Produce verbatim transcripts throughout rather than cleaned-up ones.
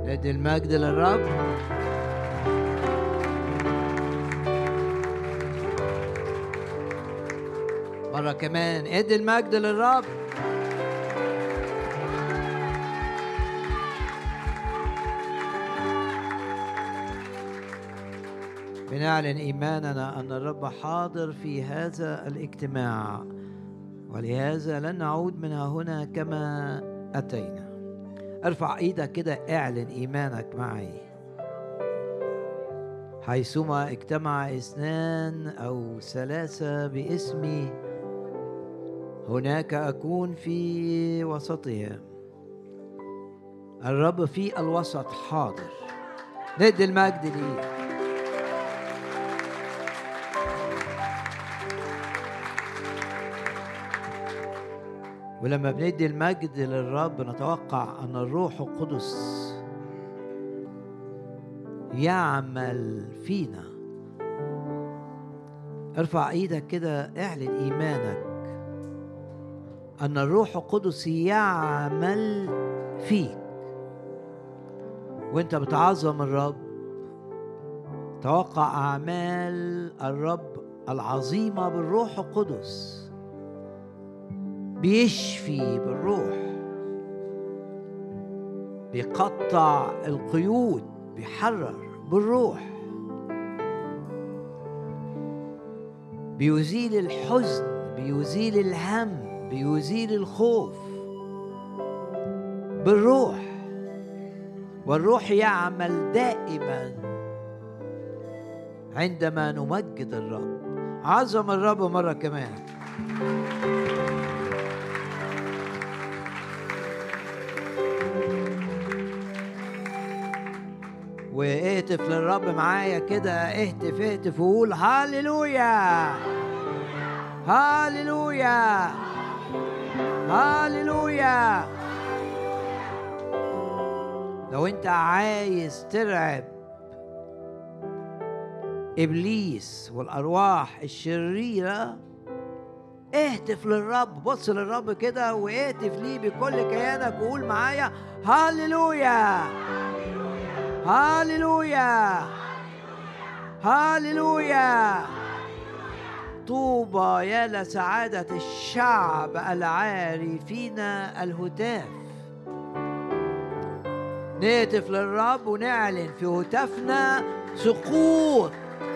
ندي المجد للرب. مرة كمان ادي المجد للرب. بنعلن إيماننا أن الرب حاضر في هذا الاجتماع، ولهذا لن نعود من هنا كما أتينا. ارفع ايدك كده، اعلن إيمانك معي. حيثما اجتمع اثنان أو ثلاثة باسمي هناك أكون في وسطهم. الرب في الوسط حاضر. ندي المجد ليه. ولما بندي المجد للرب نتوقع أن الروح القدس يعمل فينا. ارفع ايدك كده، اعلن إيمانك أن الروح القدس يعمل فيك وانت بتعظم الرب. توقع أعمال الرب العظيمة بالروح القدس. بيشفي بالروح، بيقطع القيود، بيحرر بالروح، بيزيل الحزن، بيزيل الهم، بيزيل الخوف بالروح. والروح يعمل دائما عندما نمجد الرب. عظم الرب مرة كمان. واهتف للرب معايا كده، اهتف اهتف وقول هاليلويا هاليلويا هاليلويا. لو انت عايز ترعب إبليس والأرواح الشريرة اهتف للرب. بص للرب كده واهتف ليه بكل كيانك وقول معايا هاليلويا هاليلويا هاليلويا. طوبى يا لسعادة الشعب العارفين الهتاف. نهتف للرب ونعلن في هتافنا سقوط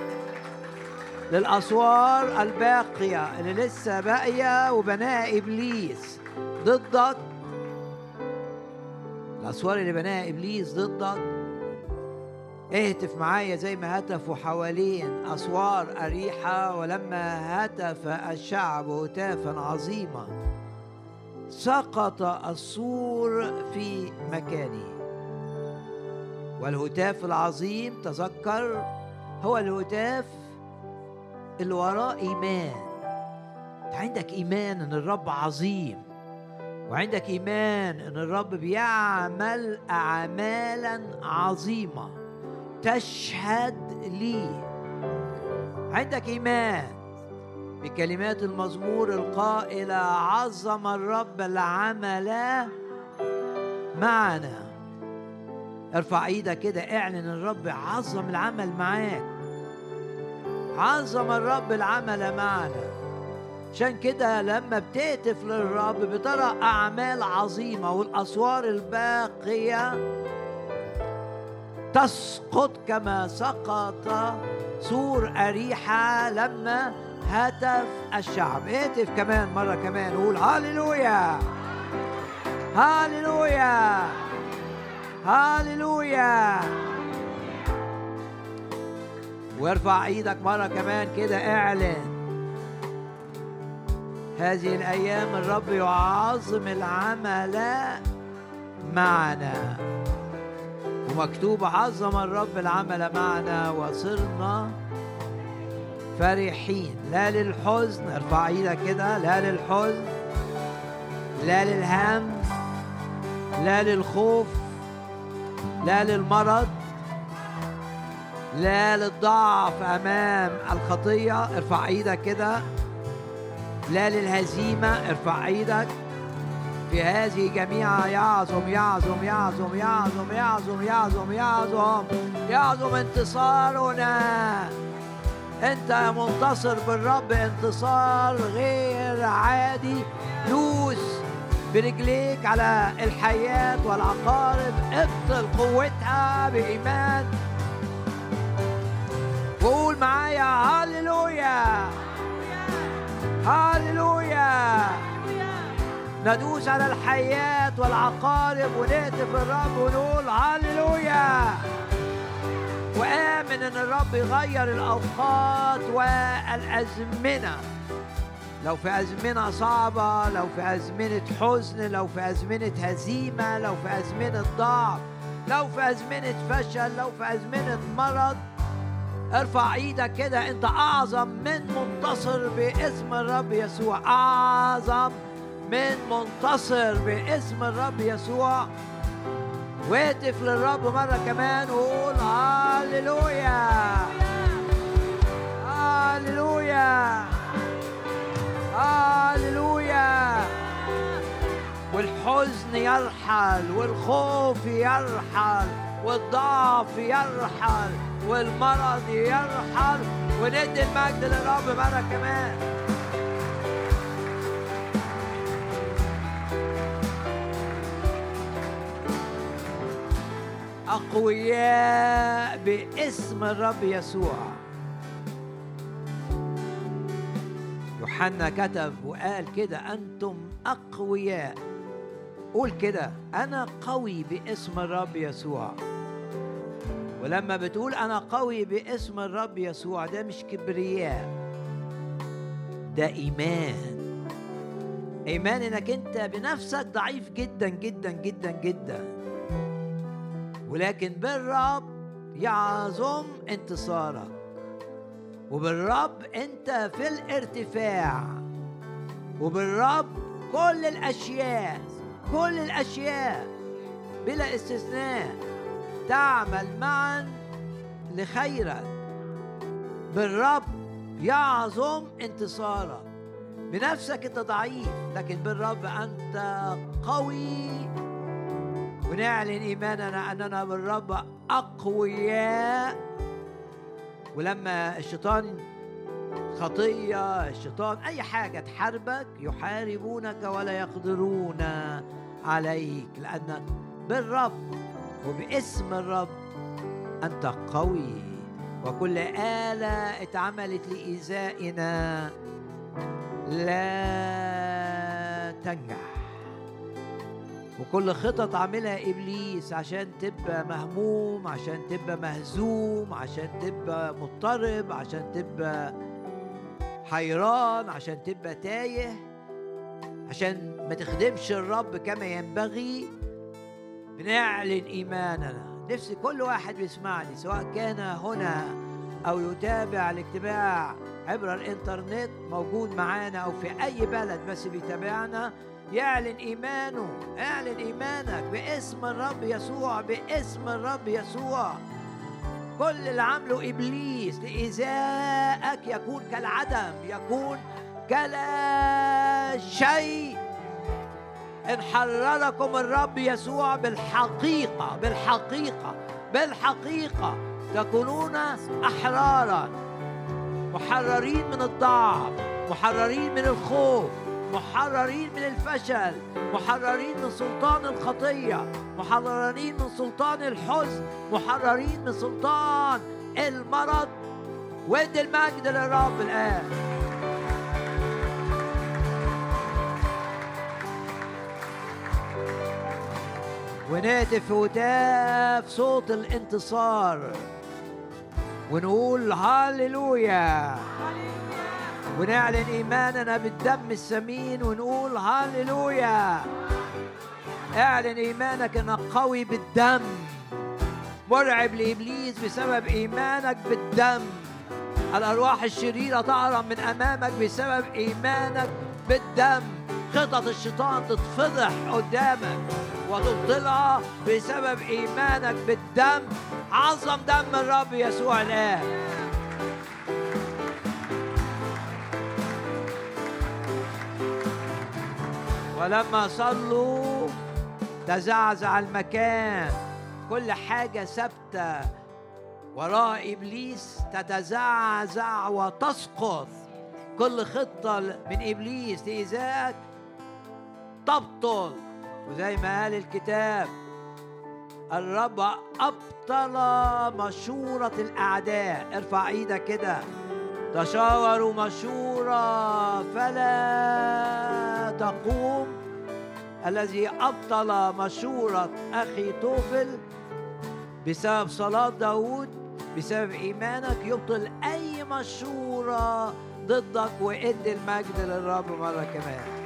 للأسوار الباقية اللي لسه باقية وبناها إبليس ضدك. الأسوار اللي بناها إبليس ضدك اهتف معايا زي ما هتفوا حوالين أسوار أريحة. ولما هتف الشعب هتافا عظيما سقط السور في مكانه. والهتاف العظيم تذكر هو الهتاف اللي وراه إيمان. أنت عندك إيمان أن الرب عظيم، وعندك إيمان أن الرب بيعمل أعمالا عظيمة تشهد لي. عندك إيمان بكلمات المزمور القائلة عظم الرب العمل معنا. ارفع ايدك كده، اعلن الرب عظم العمل معاك. عظم الرب العمل معنا. عشان كده لما بتهتف للرب بترى أعمال عظيمة والأسوار الباقية تسقط كما سقط سور أريحة لما هتف الشعب. اهتف كمان مرة كمان قول هاليلويا هاليلويا هاليلويا. وارفع ايدك مرة كمان كده، اعلن هذه الأيام الرب يعظم العمل معنا. ومكتوب عظم الرب العمل معنا وصرنا فرحين لا للحزن. ارفع ايدك كده، لا للحزن، لا للهم، لا للخوف، لا للمرض، لا للضعف أمام الخطية. ارفع ايدك كده. لا للهزيمة. ارفع ايدك. في هذه جميعا يعظم يعظم يعظم يعظم يعظم يعظم يعظم يعظم انتصارنا. أنت منتصر بالرب انتصار غير عادي. دوس برجليك على الحياة والعقارب، ابطل قوتها بإيمان. وقول معايا هاليلويا هاليلويا. ندوس على الحياة والعقارب ونهتف الرب ونقول هاليلويا. وآمن أن الرب يغير الأوقات والأزمنة. لو في أزمنة صعبة، لو في أزمنة حزن، لو في أزمنة هزيمة، لو في أزمنة ضعف، لو في أزمنة فشل، لو في أزمنة مرض، ارفع ايدك كده. انت اعظم من منتصر باسم الرب يسوع. اعظم من منتصر باسم الرب يسوع. واهتف للرب مرة كمان وقول هاليلويا هاليلويا هاليلويا. والحزن يرحل، والخوف يرحل، والضعف يرحل، والمرض يرحل. وندي المجد للرب مرة كمان. أقوياء باسم الرب يسوع. يوحنا كتب وقال كده أنتم أقوياء. قول كده أنا قوي باسم الرب يسوع. ولما بتقول أنا قوي باسم الرب يسوع، ده مش كبرياء، ده إيمان. إيمان إنك أنت بنفسك ضعيف جدا جدا جدا جدا، ولكن بالرب يعظم انتصارك. وبالرب أنت في الارتفاع. وبالرب كل الأشياء كل الأشياء بلا استثناء تعمل معا لخيرك. بالرب يعظم انتصارك. بنفسك انت ضعيف، لكن بالرب انت قوي. ونعلن ايماننا اننا بالرب اقوياء. ولما الشيطان خطيه، الشيطان اي حاجه تحاربك، يحاربونك ولا يقدرون عليك، لانك بالرب وباسم الرب أنت قوي. وكل آلة اتعملت لإيذائنا لا تنجح. وكل خطط عاملها إبليس عشان تبقى مهموم، عشان تبقى مهزوم، عشان تبقى مضطرب، عشان تبقى حيران، عشان تبقى تايه، عشان ما تخدمش الرب كما ينبغي. بنعلن إيماننا. نفسي كل واحد بيسمعني سواء كان هنا أو يتابع الاجتماع عبر الإنترنت، موجود معانا أو في أي بلد بس بيتابعنا، يعلن إيمانه. اعلن إيمانك باسم الرب يسوع. باسم الرب يسوع كل اللي عمله إبليس لإيذائك يكون كالعدم، يكون كلا شيء. إن حرركم الرب يسوع بالحقيقة بالحقيقة بالحقيقة تكونون أحرارا، محررين من الضعف، محررين من الخوف، محررين من الفشل، محررين من سلطان الخطية، محررين من سلطان الحزن، محررين من سلطان المرض. وادي المجد للرب الآن. ونهتف هتاف صوت الانتصار ونقول هاليلويا. ونعلن إيماننا بالدم الثمين ونقول هاليلويا. اعلن إيمانك أنك قوي بالدم، مرعب لإبليس بسبب إيمانك بالدم. الأرواح الشريرة تهرب من أمامك بسبب إيمانك بالدم. خطط الشيطان تتفضح قدامك وتبطلها بسبب إيمانك بالدم. عظم دم الرب يسوع الآن. ولما صلوا تزعزع المكان، كل حاجة ثابتة وراء إبليس تتزعزع وتسقط. كل خطة من إبليس لإيذائك تبطل. وزي ما قال الكتاب الرب أبطل مشورة الأعداء. ارفع إيدك كده، تشاوروا مشورة فلا تقوم. الذي أبطل مشورة أخي طوفل بسبب صلاة داود، بسبب إيمانك، يبطل أي مشورة ضدك. وإد المجد للرب مرة كمان.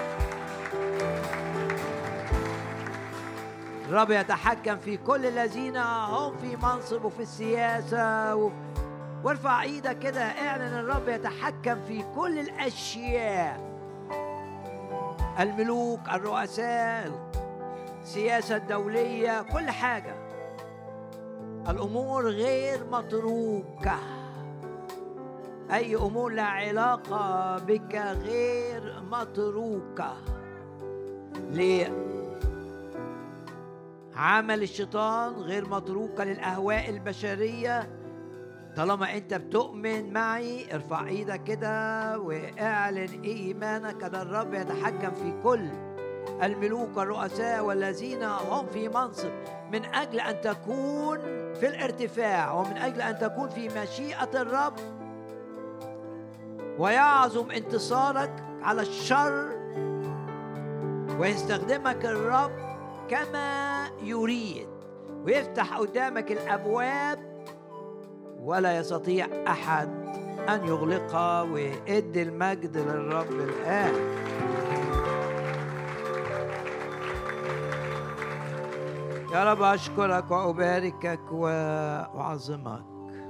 الرب يتحكم في كل الذين هم في منصب وفي السياسة و... وارفع ايدك كده، اعلن الرب يتحكم في كل الأشياء، الملوك، الرؤساء، السياسة الدولية، كل حاجة. الأمور غير متروكة، أي أمور لا علاقة بك غير متروكة. ليه؟ عمل الشيطان غير متروكة للأهواء البشرية. طالما أنت بتؤمن معي ارفع إيدك كده واعلن إيمانك أن الرب يتحكم في كل الملوك والرؤساء والذين هم في منصب، من أجل أن تكون في الارتفاع ومن أجل أن تكون في مشيئة الرب، ويعظم انتصارك على الشر، ويستخدمك الرب كما يريد، ويفتح قدامك الأبواب ولا يستطيع أحد أن يغلقها. وإد المجد للرب الآن. يا رب أشكرك وأباركك وأعظمك.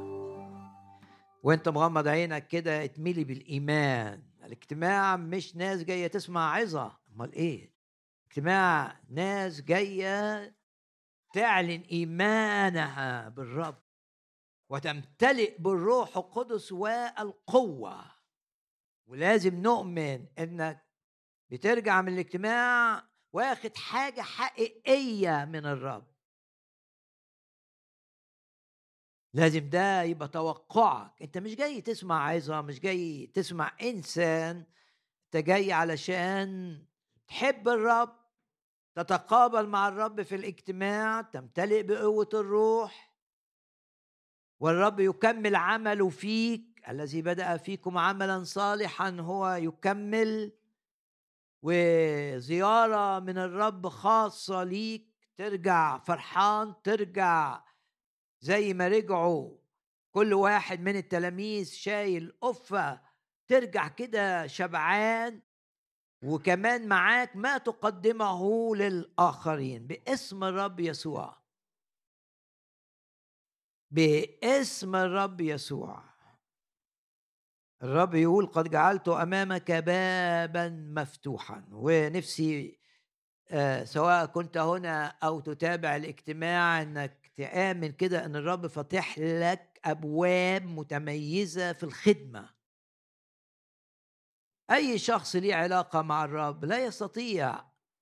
وانت مغمض عينك كده اتملي بالإيمان. الاجتماع مش ناس جاية تسمع عظة، امال ايه؟ اجتماع ناس جاية تعلن إيمانها بالرب وتمتلئ بالروح القدس والقوة. ولازم نؤمن انك بترجع من الاجتماع واخد حاجة حقيقية من الرب. لازم ده يبقى توقعك. انت مش جاي تسمع عظة، مش جاي تسمع انسان، انت جاي علشان تحب الرب، تتقابل مع الرب في الاجتماع، تمتلئ بقوة الروح، والرب يكمل عمله فيك. الذي بدأ فيكم عملا صالحا هو يكمل. وزيارة من الرب خاصة ليك، ترجع فرحان، ترجع زي ما رجعوا كل واحد من التلاميذ شايل قفة، ترجع كده شبعان، وكمان معاك ما تقدمه للآخرين باسم الرب يسوع. باسم الرب يسوع. الرب يقول قد جعلت أمامك بابا مفتوحا. ونفسي آه سواء كنت هنا أو تتابع الاجتماع أنك تآمن كده أن الرب فتح لك أبواب متميزة في الخدمة. أي شخص ليه علاقة مع الرب لا يستطيع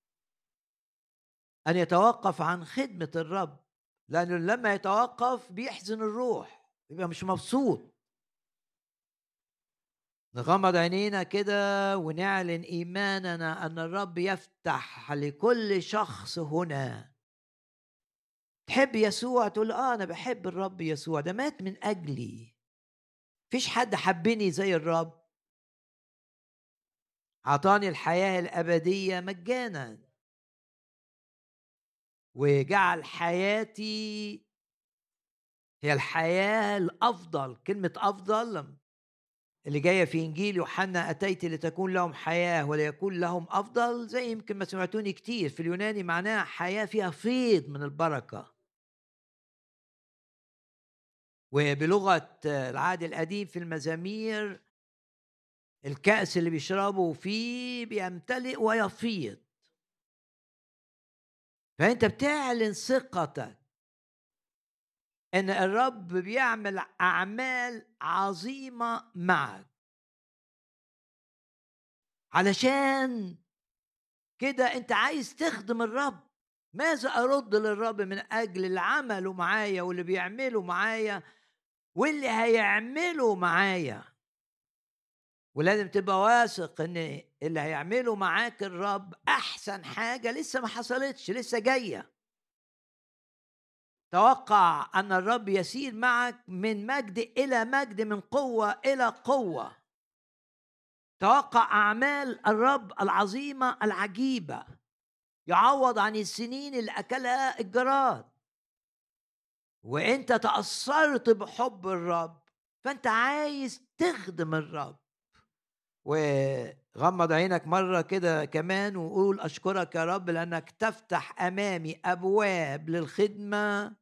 أن يتوقف عن خدمة الرب، لأنه لما يتوقف بيحزن الروح، يبقى مش مبسوط. نغمض عينينا كده ونعلن إيماننا أن الرب يفتح لكل شخص هنا. تحب يسوع؟ تقول آه أنا بحب الرب يسوع، ده مات من أجلي. فيش حد حبني زي الرب، عطاني الحياة الأبدية مجانا، وجعل حياتي هي الحياة الأفضل. كلمة أفضل اللي جاية في إنجيل يوحنا، أتيت لتكون لهم حياة وليكون لهم أفضل، زي يمكن ما سمعتوني كتير في اليوناني معناها حياة فيها فيض من البركة. وبلغة العهد القديم في المزامير الكأس اللي بيشربوا فيه بيمتلئ ويفيض. فأنت بتعلن ثقتك إن الرب بيعمل أعمال عظيمة معك، علشان كده أنت عايز تخدم الرب. ماذا أرد للرب من أجل اللي عمله معايا واللي بيعمله معايا واللي هيعمله معايا؟ ولازم تبقى واثق ان اللي هيعمله معاك الرب احسن حاجة لسه ما حصلتش، لسه جاية. توقع ان الرب يسير معك من مجد الى مجد، من قوة الى قوة. توقع اعمال الرب العظيمة العجيبة، يعوض عن السنين اللي اكلها الجراد. وانت تأثرت بحب الرب، فانت عايز تخدم الرب. وغمض عينك مرة كده كمان وقول أشكرك يا رب لأنك تفتح أمامي أبواب للخدمة،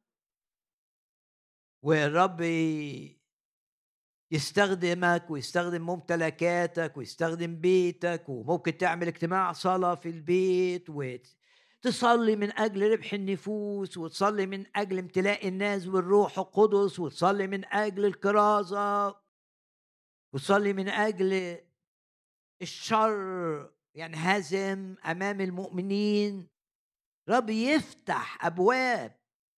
والرب يستخدمك ويستخدم ممتلكاتك ويستخدم بيتك. وممكن تعمل اجتماع صلاة في البيت وتصلي من أجل ربح النفوس، وتصلي من أجل امتلاء الناس بالروح القدس، وتصلي من أجل الكرازة، وتصلي من أجل الشر ينهزم أمام المؤمنين. رب يفتح أبواب،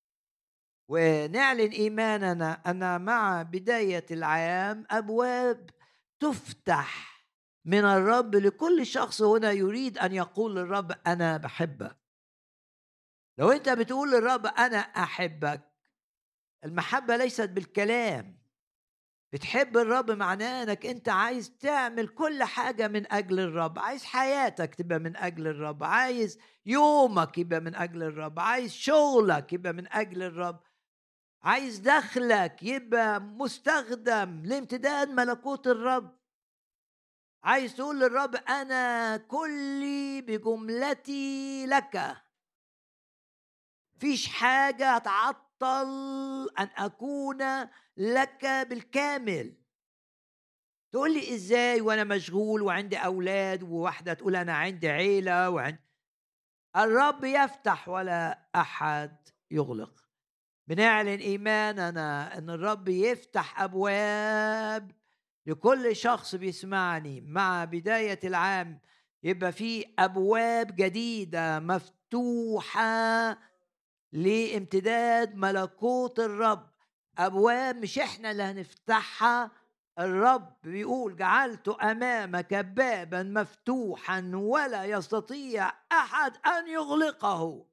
ونعلن إيماننا أن مع بداية العام أبواب تفتح من الرب لكل شخص هنا يريد أن يقول للرب أنا بحبك. لو أنت بتقول للرب أنا أحبك، المحبة ليست بالكلام. بتحب الرب معناه انك انت عايز تعمل كل حاجة من اجل الرب، عايز حياتك تبقى من اجل الرب، عايز يومك يبقى من اجل الرب، عايز شغلك يبقى من اجل الرب، عايز دخلك يبقى مستخدم لامتداد ملكوت الرب. عايز تقول للرب انا كلي بجملتي لك، فيش حاجة تعطل ان اكون لك بالكامل. تقول لي ازاي وانا مشغول وعندي اولاد، وواحده تقول انا عندي عيله وعند الرب يفتح ولا احد يغلق. بنعلن ايماننا ان الرب يفتح ابواب لكل شخص بيسمعني مع بدايه العام. يبقى في ابواب جديده مفتوحه لامتداد ملكوت الرب. ابواب مش احنا اللي هنفتحها، الرب بيقول جعلت امامك بابا مفتوحا ولا يستطيع احد ان يغلقه.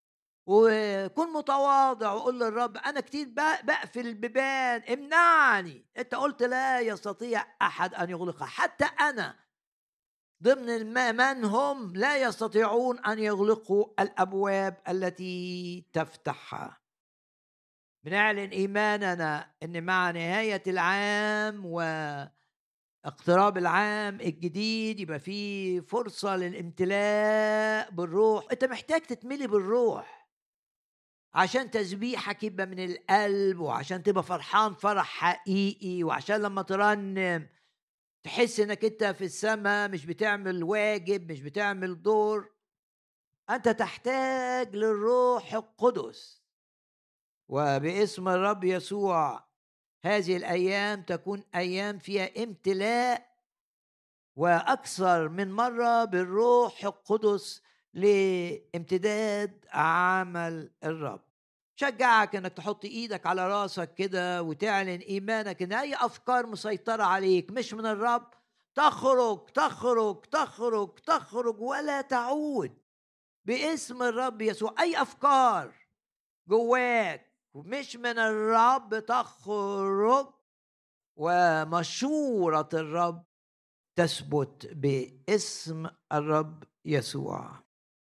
وكن متواضع وقول للرب انا كتير بقفل البيبان، امنعني. انت قلت لا يستطيع احد ان يغلقها، حتى انا ضمن من هم لا يستطيعون أن يغلقوا الأبواب التي تفتحها. بنعلن إيماننا أن مع نهاية العام واقتراب العام الجديد يبقى فيه فرصة للامتلاء بالروح. أنت محتاج تتملي بالروح عشان تسبيحك يبقى من القلب، وعشان تبقى فرحان فرح حقيقي، وعشان لما ترنم تحس انك انت في السماء، مش بتعمل واجب، مش بتعمل دور. انت تحتاج للروح القدس. وباسم الرب يسوع هذه الايام تكون ايام فيها امتلاء واكثر من مره بالروح القدس لامتداد عمل الرب. شجعك انك تحط ايدك على راسك كده وتعلن ايمانك ان اي افكار مسيطرة عليك مش من الرب تخرج تخرج تخرج تخرج ولا تعود باسم الرب يسوع. اي افكار جواك مش من الرب تخرج، ومشورة الرب تثبت باسم الرب يسوع.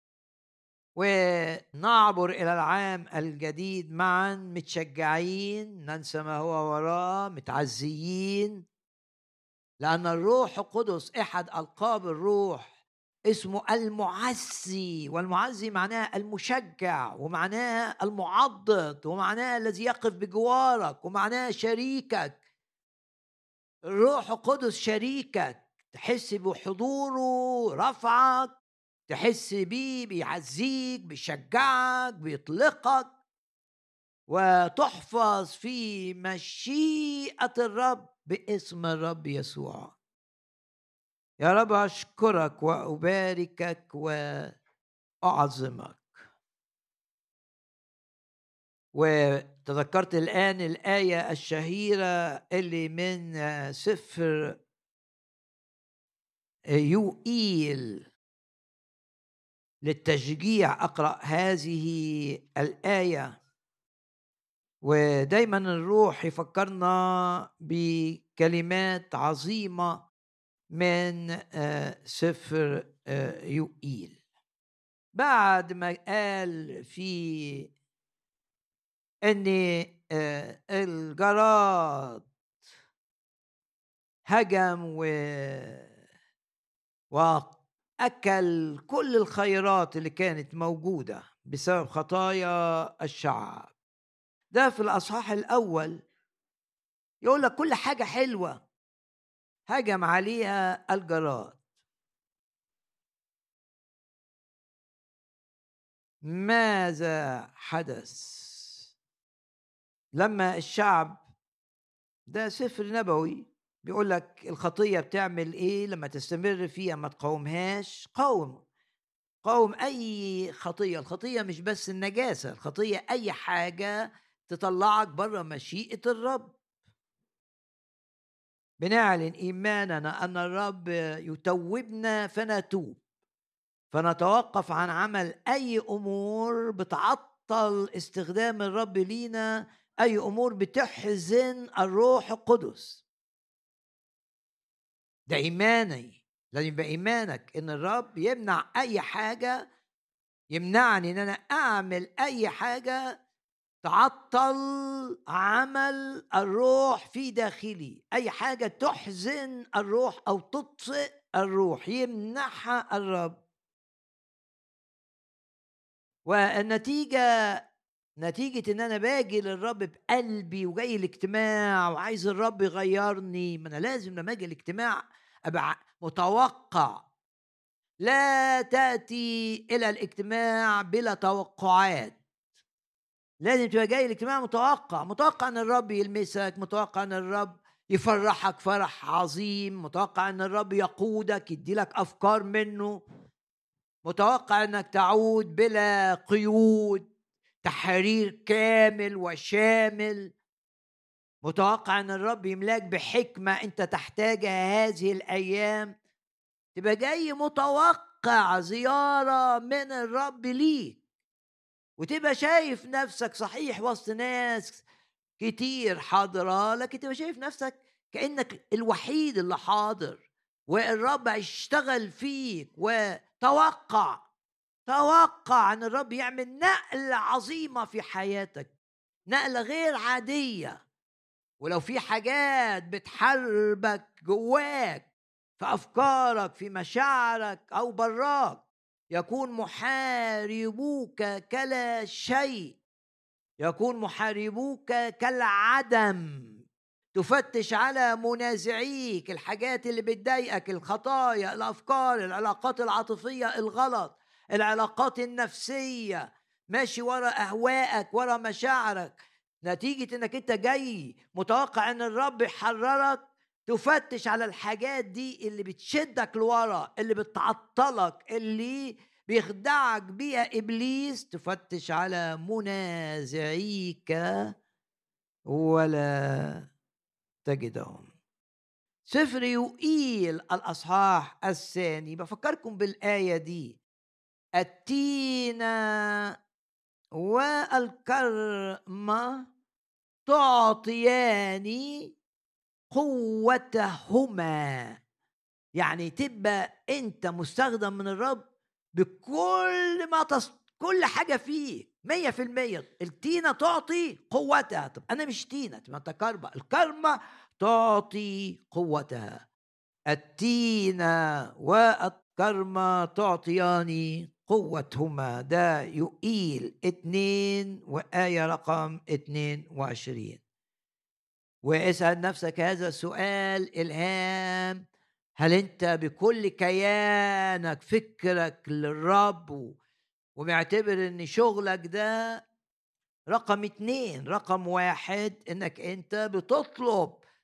ونعبر إلى العام الجديد معا متشجعين، ننسى ما هو وراه، متعزيين، لأن الروح القدس أحد ألقاب الروح اسمه المعزي. والمعزي معناه المشجع، ومعناه المعضد، ومعناه الذي يقف بجوارك، ومعناه شريكك. الروح القدس شريكك، تحس بحضوره رفعك، تحس بيه بيعزيك بيشجعك بيطلقك، وتحفظ في مشيئة الرب باسم الرب يسوع. يا رب أشكرك وأباركك وأعظمك. وتذكرت الآن الآية الشهيرة اللي من سفر يوئيل. للتشجيع أقرأ هذه الآية، ودايما الروح يفكرنا بكلمات عظيمة من سفر يوئيل. بعد ما قال في ان الجراد هجم و واكل كل الخيرات اللي كانت موجوده بسبب خطايا الشعب، ده في الاصحاح الاول يقول لك كل حاجه حلوه هجم عليها الجراد. ماذا حدث لما الشعب، ده سفر نبوي بيقول لك الخطية بتعمل ايه لما تستمر فيها ما تقاومهاش؟ قاوم قاوم اي خطية. الخطية مش بس النجاسة، الخطية اي حاجة تطلعك بره مشيئة الرب. بنعلن ايماننا ان الرب يتوبنا فنتوب، فنتوقف عن عمل اي امور بتعطل استخدام الرب لينا، اي امور بتحزن الروح القدس. ده ايماني، لازم يبقى ايمانك ان الرب يمنع اي حاجه، يمنعني ان انا اعمل اي حاجه تعطل عمل الروح في داخلي، اي حاجه تحزن الروح او تطفئ الروح يمنعها الرب. والنتيجه نتيجة ان انا باجي للرب بقلبي وجاي الاجتماع وعايز الرب يغيرني، ما انا لازم لما اجي الاجتماع ابقى متوقع. لا تأتي الى الاجتماع بلا توقعات، لازم تبقى جاي الاجتماع متوقع، متوقع ان الرب يلمسك، متوقع ان الرب يفرحك فرح عظيم، متوقع ان الرب يقودك يدي لك افكار منه، متوقع انك تعود بلا قيود، تحرير كامل وشامل، متوقع ان الرب يملاك بحكمة انت تحتاجها هذه الايام. تبقى جاي متوقع زيارة من الرب ليك، وتبقى شايف نفسك صحيح وسط ناس كتير حاضرة، لكن تبقى شايف نفسك كأنك الوحيد اللي حاضر، والرب هيشتغل فيك. وتوقع توقع ان الرب يعمل نقلة عظيمة في حياتك، نقلة غير عادية. ولو في حاجات بتحاربك جواك في أفكارك في مشاعرك أو براك، يكون محاربوك كلا شيء، يكون محاربوك كالعدم. تفتش على منازعيك، الحاجات اللي بتضايقك، الخطايا، الأفكار، العلاقات العاطفية الغلط، العلاقات النفسية، ماشي ورا أهوائك ورا مشاعرك، نتيجة انك انت جاي متوقع ان الرب يحررك. تفتش على الحاجات دي اللي بتشدك لورا، اللي بتعطلك، اللي بيخدعك بيها إبليس. تفتش على منازعيك ولا تجدهم. سفر يوئيل الأصحاح الثاني بفكركم بالآية دي: التين والكرمة تعطيان قوتهما. يعني تبقى انت مستخدم من الرب بكل ما تص... كل حاجة فيه مية في المية. التينة تعطي قوتها. طب أنا مش تينة، ما أنت كرمة، الكرمة تعطي قوتها. التينة والكرمة تعطيان قوتهما. ده يوئيل اتنين وآية رقم اتنين وعشرين. واسأل نفسك هذا السؤال الهام: هل انت بكل كيانك فكرك للرب ومعتبر ان شغلك ده رقم اتنين؟ رقم واحد انك انت بتطلب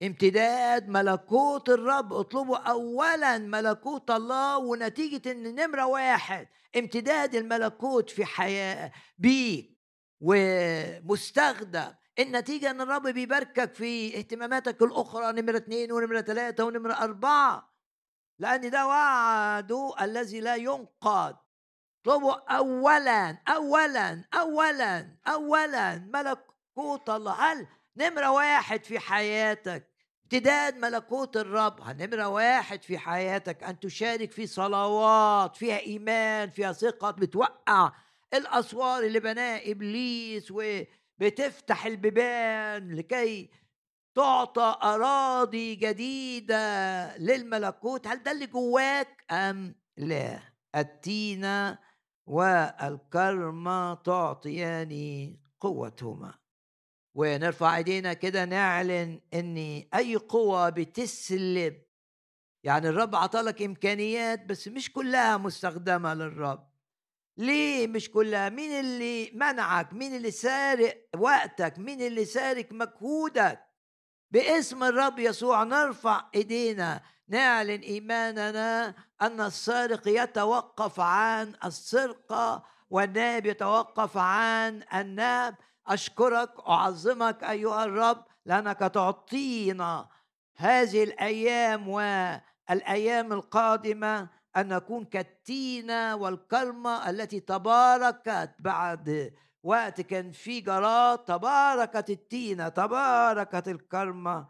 امتداد ملكوت الرب. اطلبوا أولا ملكوت الله، ونتيجة ان نمرة واحد امتداد الملكوت في حياة بيك ومستخدم، النتيجة ان الرب بيباركك في اهتماماتك الأخرى، نمرة اتنين ونمرة ثلاثة ونمرة أربعة، لأن ده وعده الذي لا ينقض. اطلبوا أولا أولا أولا أولا ملكوت الله. هل نمرة واحد في حياتك امتداد ملكوت الرب؟ نمرة واحد في حياتك أن تشارك في صلوات فيها إيمان، فيها ثقة، بتوقع الأسوار اللي بناها إبليس وبتفتح البيبان لكي تعطى أراضي جديدة للملكوت؟ هل ده اللي جواك أم لا؟ التين والكرمة تعطيان قوتهما. ونرفع ايدينا كده نعلن ان اي قوة بتسلب، يعني الرب عطالك امكانيات بس مش كلها مستخدمة للرب. ليه مش كلها؟ مين اللي منعك؟ مين اللي سارق وقتك؟ مين اللي سارق مجهودك؟ باسم الرب يسوع نرفع ايدينا نعلن ايماننا ان السارق يتوقف عن السرقه والنائب يتوقف عن الناب. اشكرك اعظمك ايها الرب لانك تعطينا هذه الايام والايام القادمه ان نكون كالتينه والكرمه التي تباركت بعد وقت كان في جراد، تباركت التينة تباركت الكرمة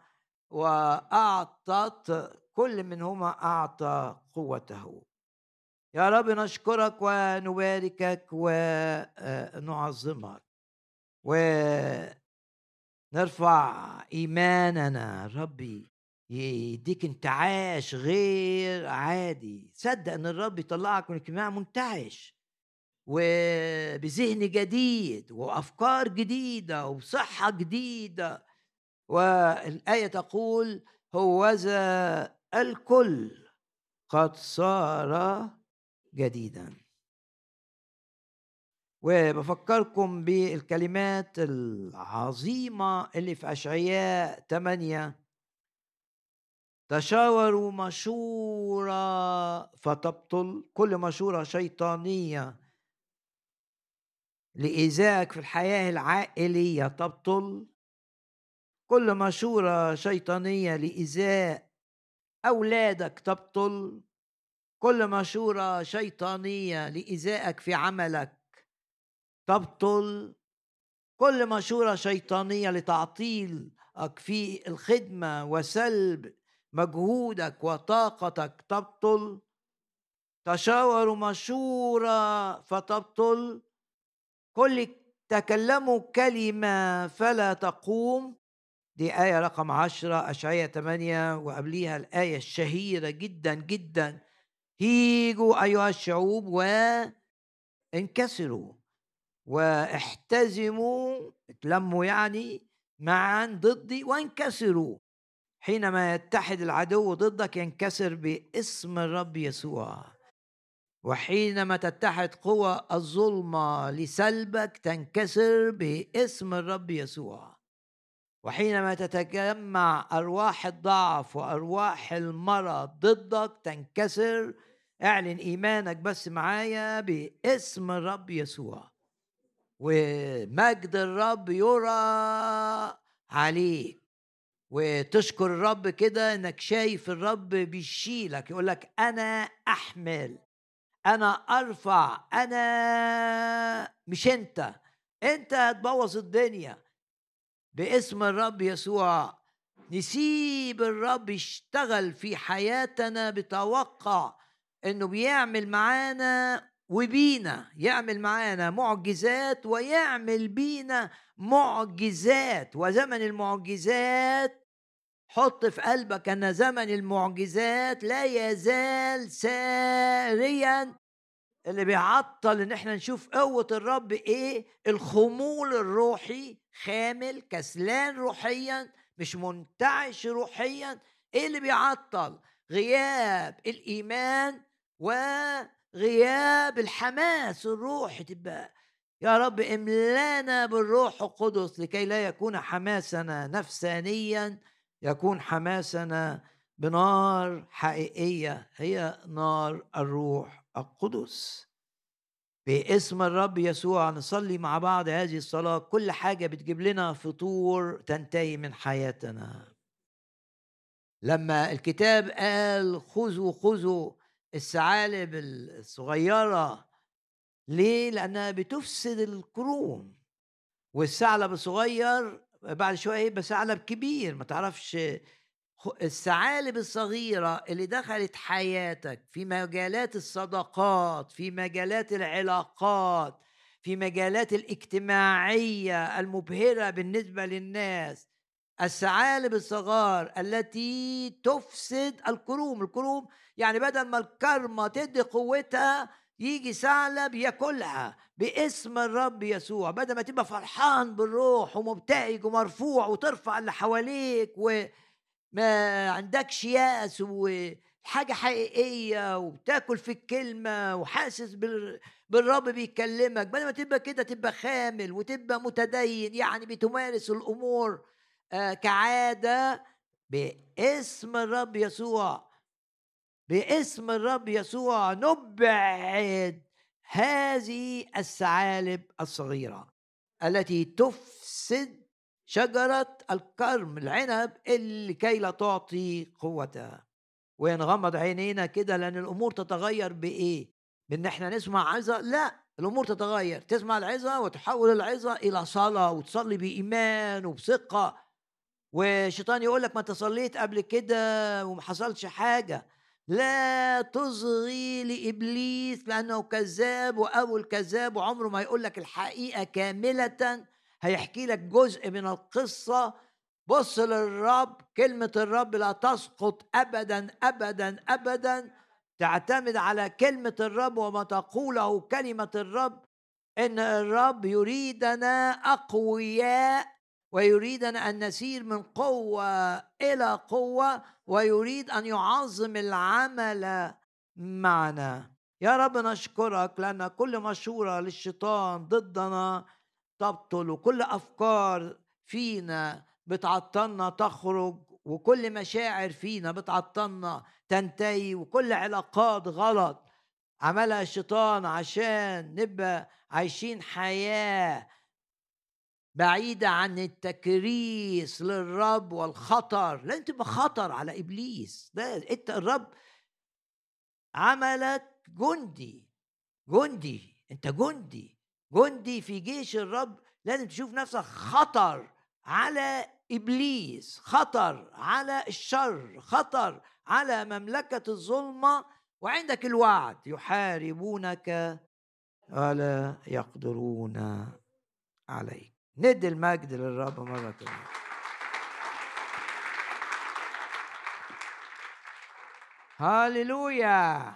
وأعطت كل منهما أعطى قوته. يا رب نشكرك ونباركك ونعظمك ونرفع إيماننا. ربي يديك انتعاش غير عادي. صدق ان الرب يطلعك من اجتماع منتعش وبذهن جديد وأفكار جديدة وصحة جديدة. والآية تقول هوذا الكل قد صار جديدا. وبفكركم بالكلمات العظيمة اللي في أشعياء ثمانية: تشاوروا مشورة فتبطل، كل مشورة شيطانية لإيذائك في الحياة العائلية تبطل، كل مشورة شيطانية لإيذاء أولادك تبطل، كل مشورة شيطانية لإيذائك في عملك تبطل، كل مشورة شيطانية لتعطيلك في الخدمة وسلب مجهودك وطاقتك تبطل. تشاوروا مشورة فتبطل، كل تكلموا كلمة فلا تقوم. دي آية رقم عشرة أشعياء ثمانية، وقبليها الآية الشهيرة جدا جدا: هيجوا أيها الشعوب وانكسروا واحتزموا، اتلموا يعني معا ضدي وانكسروا. حينما يتحد العدو ضدك ينكسر باسم الرب يسوع، وحينما تتحد قوى الظلمة لسلبك تنكسر باسم الرب يسوع، وحينما تتجمع أرواح الضعف وأرواح المرض ضدك تنكسر. اعلن إيمانك بس معايا باسم الرب يسوع، ومجد الرب يرى عليك، وتشكر الرب كده انك شايف الرب بيشيلك. يقولك أنا أحمل، أنا أرفع، أنا مش أنت أنت هتبوظ الدنيا. باسم الرب يسوع نسيب الرب يشتغل في حياتنا بتوقع انه بيعمل معانا وبينا، يعمل معانا معجزات ويعمل بينا معجزات. وزمن المعجزات حط في قلبك ان زمن المعجزات لا يزال ساريا. اللي بيعطل ان احنا نشوف قوة الرب ايه؟ الخمول الروحي، خامل كسلان روحيا، مش منتعش روحيا. ايه اللي بيعطل؟ غياب الايمان وغياب الحماس الروحي. تبقى يا رب املانا بالروح القدس لكي لا يكون حماسنا نفسانيا يكون حماسنا بنار حقيقية هي نار الروح القدس. باسم الرب يسوع نصلي مع بعض هذه الصلاة. كل حاجة بتجيب لنا فطور تنتهي من حياتنا. لما الكتاب قال خذوا خذوا الثعالب الصغيرة، ليه؟ لأنها بتفسد الكروم، والثعلب الصغير بعد شوية يبقى ثعلب كبير. ما تعرفش الثعالب الصغيرة اللي دخلت حياتك في مجالات الصداقات، في مجالات العلاقات، في مجالات الاجتماعية المبهرة بالنسبة للناس، الثعالب الصغار التي تفسد الكروم. الكروم يعني بدل ما الكرمة تدي قوتها يجي ثعلب ياكلها. باسم الرب يسوع، بدل ما تبقى فرحان بالروح ومبتهج ومرفوع وترفع اللي حواليك وما عندكش يأس وحاجة حقيقية وبتاكل في الكلمة وحاسس بالرب بيكلمك، بدل ما تبقى كده تبقى خامل وتبقى متدين، يعني بتمارس الأمور آه كعادة. باسم الرب يسوع، باسم الرب يسوع نبعد هذه الثعالب الصغيرة التي تفسد شجرة الكرم العنب اللي كي لا تعطي قوتها. ونغمض عينينا كده، لأن الأمور تتغير بإيه؟ بأن احنا نسمع عظة؟ لا، الأمور تتغير. تسمع العظة وتحول العظة إلى صلاة وتصلي بإيمان وبثقة، والشيطان يقول لك ما تصليت قبل كده وما حصلش حاجة. لا تصغي لإبليس لأنه كذاب وأبو الكذاب، وعمره ما يقول لك الحقيقة كاملة، هيحكي لك جزء من القصة. بص للرب، كلمة الرب لا تسقط أبدا أبدا أبدا. تعتمد على كلمة الرب وما تقوله كلمة الرب، إن الرب يريدنا أقوياء، ويريدنا أن نسير من قوة إلى قوة، ويريد أن يعظم العمل معنا. يا رب نشكرك لأن كل مشورة للشيطان ضدنا تبطل، وكل أفكار فينا بتعطلنا تخرج، وكل مشاعر فينا بتعطلنا تنتهي، وكل علاقات غلط عملها الشيطان عشان نبقى عايشين حياة بعيدة عن التكريس للرب والخطر. لن تبقى خطر على إبليس. ده انت الرب عملك جندي، جندي انت جندي، جندي في جيش الرب. لازم تشوف نفسك خطر على إبليس، خطر على الشر، خطر على مملكة الظلمة. وعندك الوعد يحاربونك ولا يقدرون عليك. ندي المجد للرب مرة كمان. هاليلويا.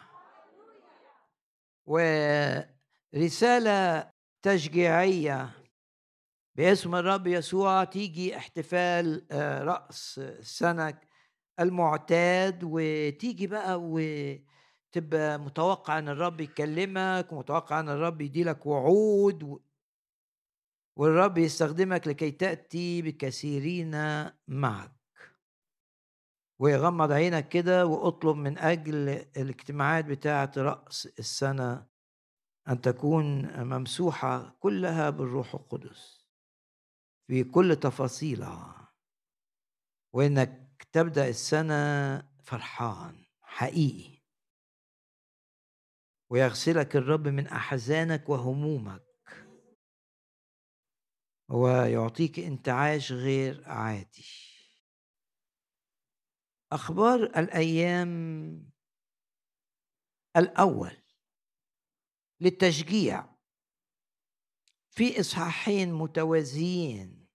ورسالة تشجيعية باسم الرب يسوع. تيجي احتفال رأس السنة المعتاد، وتيجي بقى وتبقى متوقع ان الرب يكلمك، ومتوقع ان الرب يديلك وعود، والرب يستخدمك لكي تأتي بكثيرين معك. ويغمض عينك كده واطلب من أجل الاجتماعات بتاعة رأس السنة أن تكون ممسوحة كلها بالروح القدس في كل تفاصيلها، وإنك تبدأ السنة فرحان حقيقي، ويغسلك الرب من أحزانك وهمومك، ويعطيك انتعاش غير عادي. أخبار الأيام الأول للتشجيع في إصحاحين متوازيين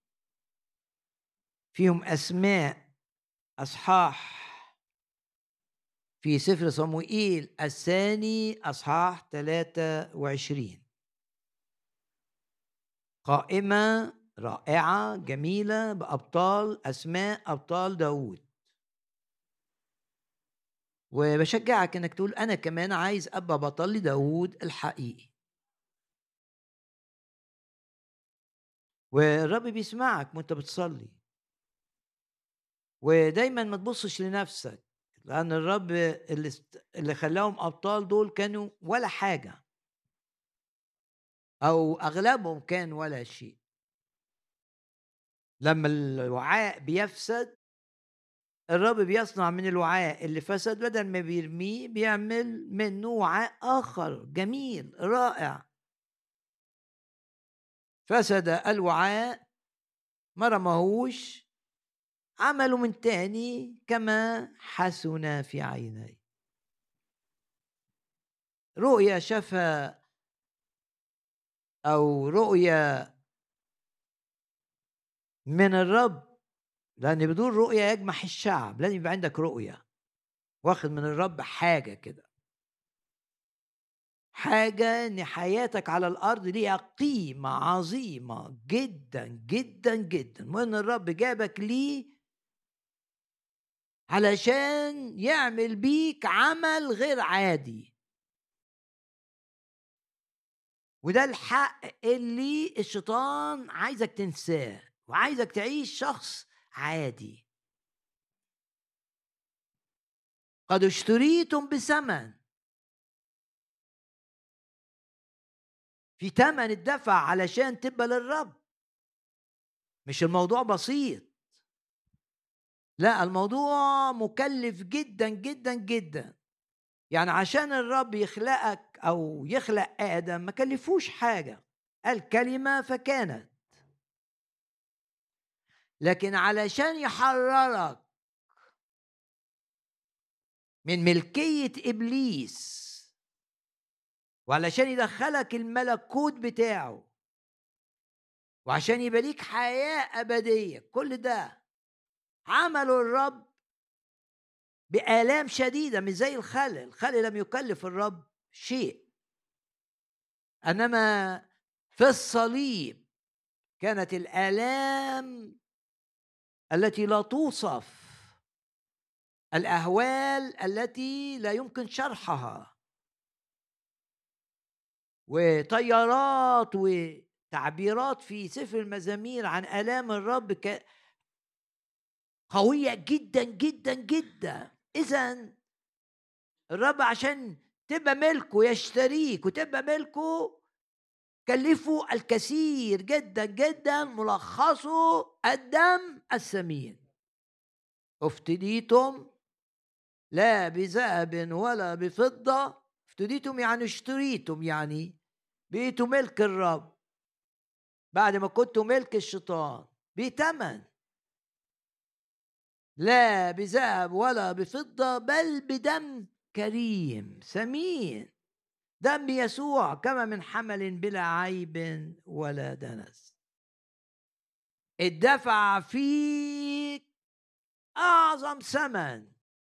فيهم أسماء أصحاح في سفر صموئيل الثاني أصحاح ثلاثة وعشرين. قائمة رائعة جميلة بأبطال، أسماء أبطال داود. وبشجعك أنك تقول أنا كمان عايز أبقى بطل لداود الحقيقي. والرب بيسمعك وانت بتصلي. ودايما ما تبصش لنفسك، لأن الرب اللي است... اللي خلاهم أبطال دول كانوا ولا حاجة، أو أغلبهم كان ولا شيء. لما الوعاء بيفسد، الرب بيصنع من الوعاء اللي فسد، بدل ما بيرميه بيعمل منه وعاء آخر جميل رائع. فسد الوعاء، ما رماهوش، عملوا من تاني كما حسن في عيني. رؤيا شافها أو رؤيا من الرب، لأن بدون رؤية يجمح الشعب. لازم يبقى عندك رؤية، واخد من الرب حاجة كده، حاجة إن حياتك على الأرض ليها قيمة عظيمة جدا جدا جدا، وإن الرب جابك ليه علشان يعمل بيك عمل غير عادي. وده الحق اللي الشيطان عايزك تنساه، وعايزك تعيش شخص عادي. قد اشتريتم بثمن، في ثمن الدفع علشان تبقى للرب. مش الموضوع بسيط، لا، الموضوع مكلف جدا جدا جدا. يعني عشان الرب يخلقك أو يخلق آدم ما كلفوش حاجة، قال كلمة فكانت. لكن علشان يحررك من ملكية إبليس، وعلشان يدخلك الملكوت بتاعه، وعشان يبقى ليك حياة أبدية، كل ده عمله الرب بآلام شديدة. مش زي الخلق، الخلق لم يكلف الرب شيء، إنما في الصليب كانت الآلام التي لا توصف، الأهوال التي لا يمكن شرحها، وطيارات وتعبيرات في سفر المزامير عن آلام الرب قوية جدا جدا جدا. إذن الرب عشان تبقى ملكه، يشتريك وتبقى ملكه، كلفه الكثير جدا جدا، ملخصه الدم الثمين. افتديتم لا بذهب ولا بفضة. افتديتم يعني اشتريتم، يعني بقيتوا ملك الرب بعد ما كنتوا ملك الشيطان بثمن، لا بذهب ولا بفضة، بل بدم كريم ثمين، دم يسوع كما من حمل بلا عيب ولا دنس. الدفع فيك أعظم ثمن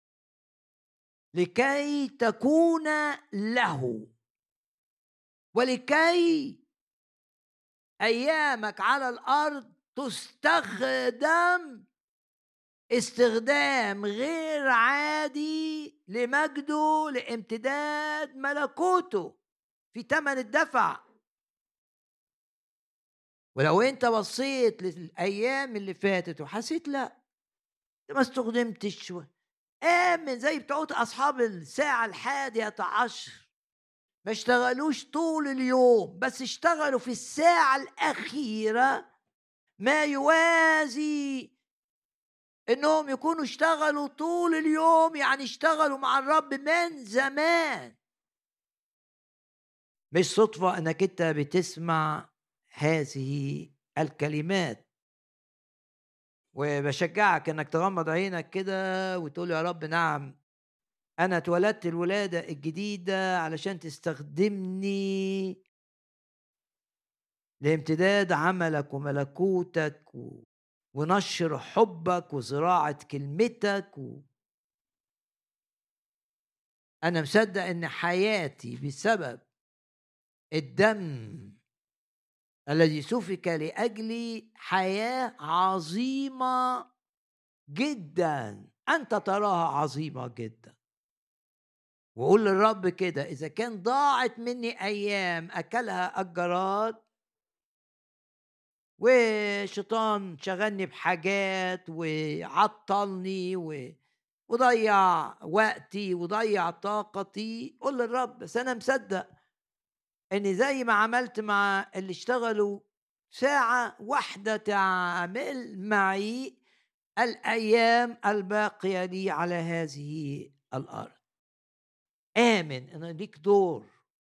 لكي تكون له، ولكي أيامك على الأرض تستخدم استخدام غير عادي لمجده، لامتداد ملكوته في ثمن الدفع. ولو انت بصيت للايام اللي فاتت وحسيت لا ما استخدمتش، امن زي بتوع اصحاب الساعه الحادية عشر، ما اشتغلوش طول اليوم، بس اشتغلوا في الساعه الاخيره ما يوازي انهم يكونوا اشتغلوا طول اليوم، يعني اشتغلوا مع الرب من زمان. مش صدفة انك انت بتسمع هذه الكلمات، وبشجعك انك تغمض عينك كده وتقول يا رب نعم، انا اتولدت الولادة الجديدة علشان تستخدمني لامتداد عملك وملكوتك ونشر حبك وزراعة كلمتك. و... أنا مصدق إن حياتي بسبب الدم الذي سفك لأجلي حياة عظيمة جدا، أنت تراها عظيمة جدا. وقول للرب كده، إذا كان ضاعت مني أيام أكلها الجراد، وشيطان شغلني بحاجات وعطلني و... وضيع وقتي وضيع طاقتي. قول للرب بس انا مصدق ان زي ما عملت مع اللي اشتغلوا ساعة واحدة تعمل معي الايام الباقية لي على هذه الارض. امن ان ليك دور.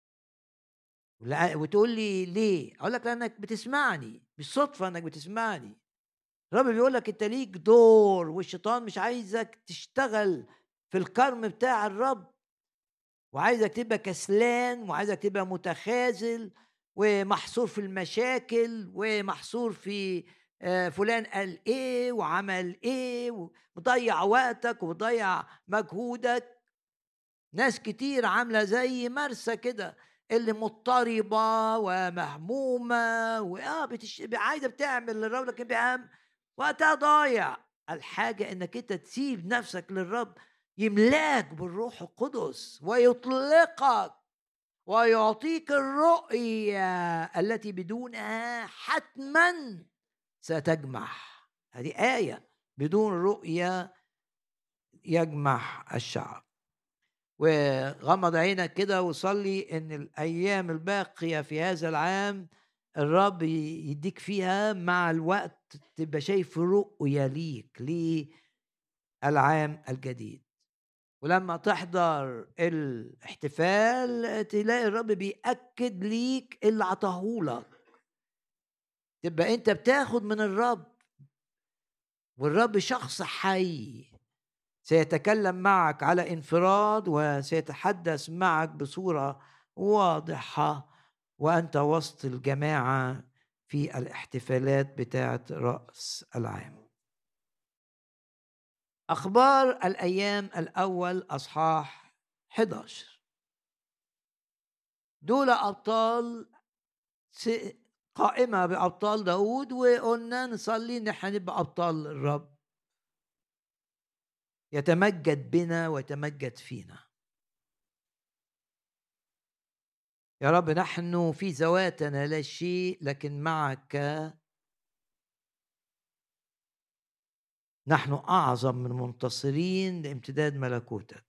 وتقول لي ليه؟ اقول لك لانك بتسمعني، بالصدفة انك بتسمعني. الرب بيقول لك انت ليك دور، والشيطان مش عايزك تشتغل في الكرم بتاع الرب، وعايزك تبقى كسلان، وعايزك تبقى متخاذل ومحصور في المشاكل ومحصور في آه، فلان قال ايه وعمل ايه، ومضيع وقتك ومضيع مجهودك. ناس كتير عاملة زي مرسى كده، اللي مضطربة ومهمومة وآه بتش... عايزة بتعمل للرب لكن بأهم وقتها ضايع. الحاجة انك انت تسيب نفسك للرب يملاك بالروح القدس ويطلقك ويعطيك الرؤية التي بدونها حتما ستجمح. هذه آية، بدون رؤية يجمح الشعب. وغمض عينك كده وصلي ان الايام الباقيه في هذا العام الرب يديك فيها مع الوقت تبقى شايف رؤيه ليك للعام الجديد. ولما تحضر الاحتفال تلاقي الرب بيأكد ليك اللي عطاهولك، تبقى انت بتاخد من الرب، والرب شخص حي سيتكلم معك على انفراد وسيتحدث معك بصورة واضحة وأنت وسط الجماعة في الاحتفالات بتاعة رأس العام. أخبار الأيام الأول أصحاح احد عشر. دول أبطال قائمة بأبطال داود، وقلنا نصلي إن احنا نبقى أبطال الرب يتمجد بنا ويتمجد فينا. يا رب نحن في ذواتنا لا شيء، لكن معك نحن أعظم من منتصرين لامتداد ملكوتك.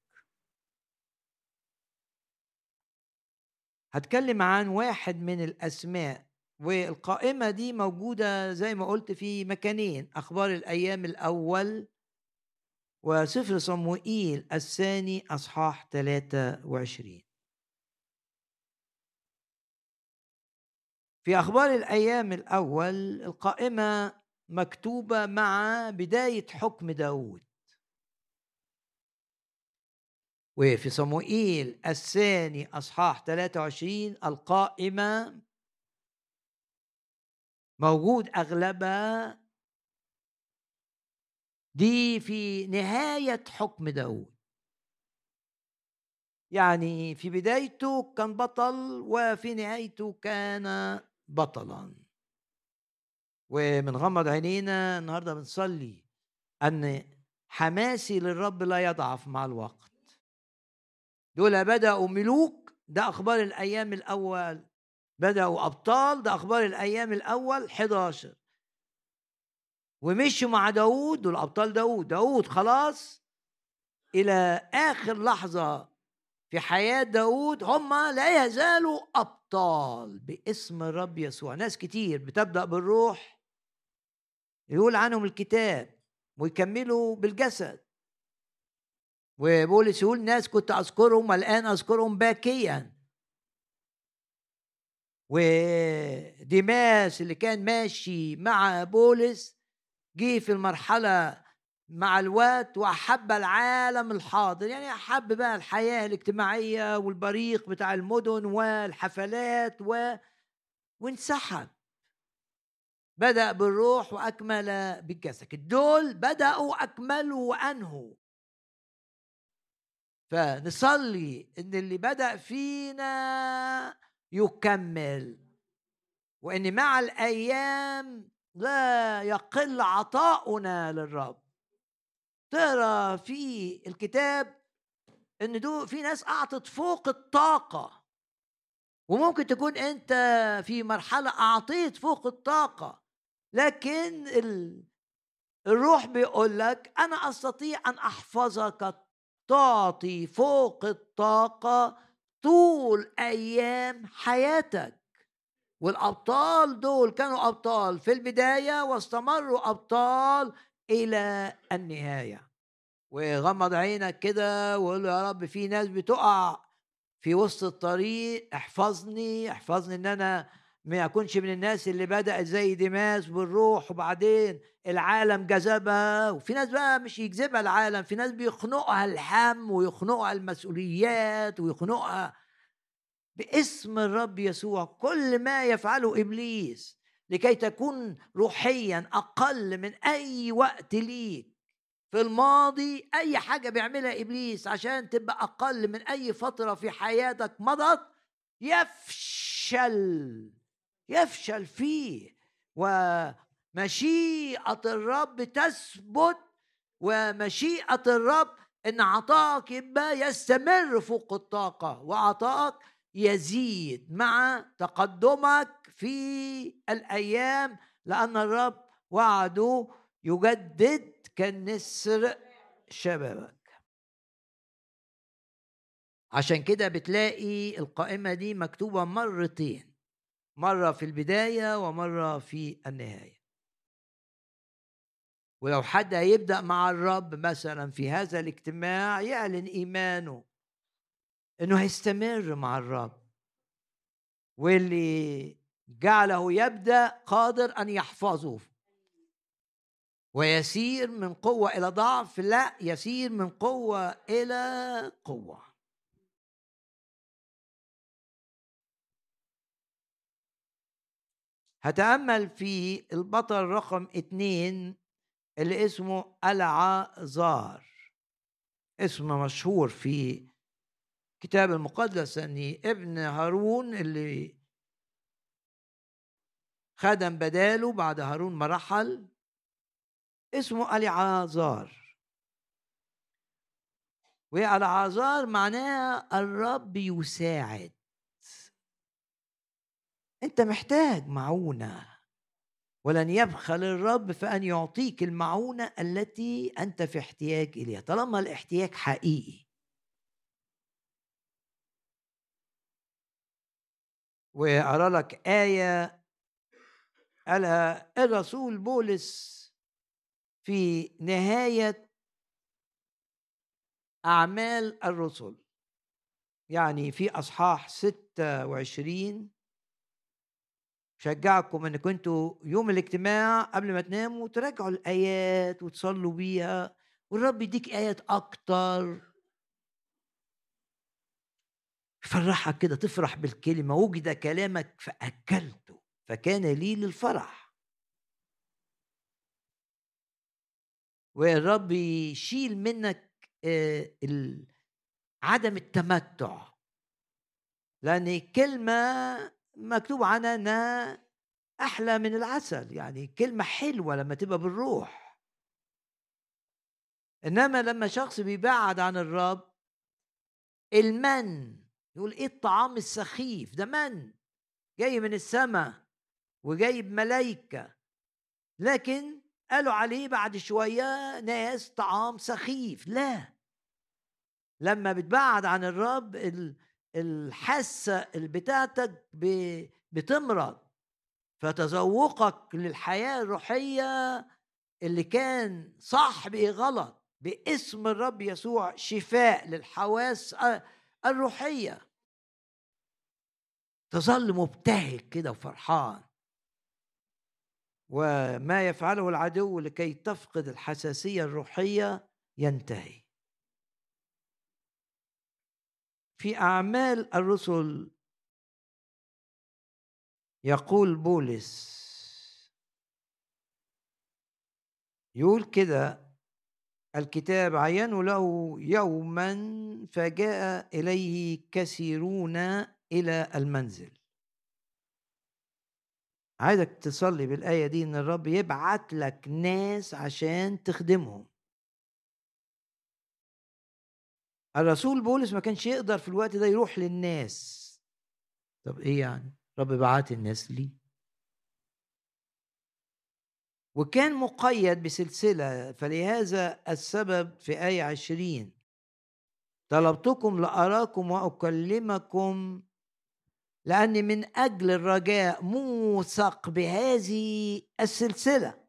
هتكلم عن واحد من الأسماء، والقائمة دي موجودة زي ما قلت في مكانين: أخبار الأيام الأول وسفر صموئيل الثاني أصحاح ثلاثة وعشرين. في أخبار الأيام الأول القائمة مكتوبة مع بداية حكم داود، وفي صموئيل الثاني أصحاح ثلاثة وعشرين القائمة موجود أغلبها دي في نهاية حكم داود. يعني في بدايته كان بطل وفي نهايته كان بطلا. ومنغمض عينينا النهاردة بنصلي أن حماسي للرب لا يضعف مع الوقت. دول بدأوا ملوك، ده أخبار الأيام الأول. بدأوا أبطال، ده أخبار الأيام الأول احد عشر. ومشوا مع داود، دول أبطال داود. داود خلاص إلى آخر لحظة في حياة داود هم لا يزالوا أبطال باسم الرب يسوع. ناس كتير بتبدأ بالروح يقول عنهم الكتاب ويكملوا بالجسد، وبولس يقول ناس كنت أذكرهم والآن أذكرهم باكيا. وديماس اللي كان ماشي مع بولس جه في المرحلة مع الوقت وأحب العالم الحاضر، يعني أحب بقى الحياة الاجتماعية والبريق بتاع المدن والحفلات و... وانسحب. بدأ بالروح وأكمل بالجسد. دول بدأوا أكملوا وأنهوا. فنصلي إن اللي بدأ فينا يكمل، وإن مع الأيام لا يقل عطاؤنا للرب. تقرأ في الكتاب إن دول في ناس أعطت فوق الطاقة، وممكن تكون أنت في مرحلة أعطيت فوق الطاقة لكن الروح بيقول لك أنا أستطيع أن أحفظك، تعطي فوق الطاقة طول أيام حياتك. والأبطال دول كانوا أبطال في البداية واستمروا أبطال إلى النهاية. وغمض عينك كده وقول له يا رب في ناس بتقع في وسط الطريق، احفظني احفظني ان انا ما اكونش من الناس اللي بدأت زي ديماس بالروح وبعدين العالم جذبها. وفي ناس بقى مش يجذبها العالم، في ناس بيخنقها الهم ويخنقها المسؤوليات ويخنقها باسم الرب يسوع كل ما يفعله إبليس لكي تكون روحيا أقل من أي وقت ليك في الماضي. أي حاجة بيعملها إبليس عشان تبقى أقل من أي فترة في حياتك مضت يفشل يفشل فيه. ومشيئة الرب تثبت، ومشيئة الرب إن عطاك يبقى يستمر فوق الطاقة، وعطاك يزيد مع تقدمك في الأيام، لأن الرب وعده يجدد كالنسر شبابك. عشان كده بتلاقي القائمة دي مكتوبة مرتين، مرة في البداية ومرة في النهاية. ولو حد هيبدأ مع الرب مثلا في هذا الاجتماع يعلن إيمانه إنه هيستمر مع الرب، واللي جعله يبدأ قادر أن يحفظه ويسير من قوة إلى ضعف، لا يسير من قوة إلى قوة. هتأمل في البطل رقم اتنين اللي اسمه العازار، اسم مشهور في كتاب المقدس أن ابن هارون اللي خدم بداله بعد هارون ما رحل اسمه العازار. والعازار معناها الرب يساعد. انت محتاج معونة، ولن يبخل الرب فأن يعطيك المعونة التي أنت في احتياج إليها طالما الاحتياج حقيقي. وأرى لك آية قالها الرسول بولس في نهاية أعمال الرسل، يعني في أصحاح ستة وعشرين. شجعكم أن كنتوا يوم الاجتماع قبل ما تناموا تراجعوا الآيات وتصلوا بيها، والرب يديك آيات أكتر فرحك كده، تفرح بالكلمة. وجد كلامك فأكلته فكان لي للفرح. والرب يشيل منك عدم التمتع، لأن الكلمة مكتوب عنها أنها أحلى من العسل، يعني كلمة حلوة لما تبقى بالروح. إنما لما شخص بيبعد عن الرب، المن يقول إيه الطعام السخيف ده؟ من جاي من السماء وجايب ملايكة، لكن قالوا عليه بعد شوية ناس طعام سخيف. لا، لما بتبعد عن الرب الحاسة بتاعتك بتمرض، فتذوقك للحياة الروحية اللي كان صح بقى غلط. باسم الرب يسوع شفاء للحواس الروحية، تظل مبتهج كده وفرحان. وما يفعله العدو لكي تفقد الحساسية الروحية ينتهي. في أعمال الرسل يقول بولس، يقول كده الكتاب عينوا له يوما فجاء إليه كثيرون إلى المنزل. عايزك تصلي بالآية دي إن الرب يبعت لك ناس عشان تخدمهم. الرسول بولس ما كانش يقدر في الوقت ده يروح للناس. طب إيه يعني؟ رب بعت الناس لي. وكان مقيد بسلسلة. فلهذا السبب في آية عشرين طلبتكم لأراكم وأكلمكم، لأني من أجل الرجاء موثق بهذه السلسلة.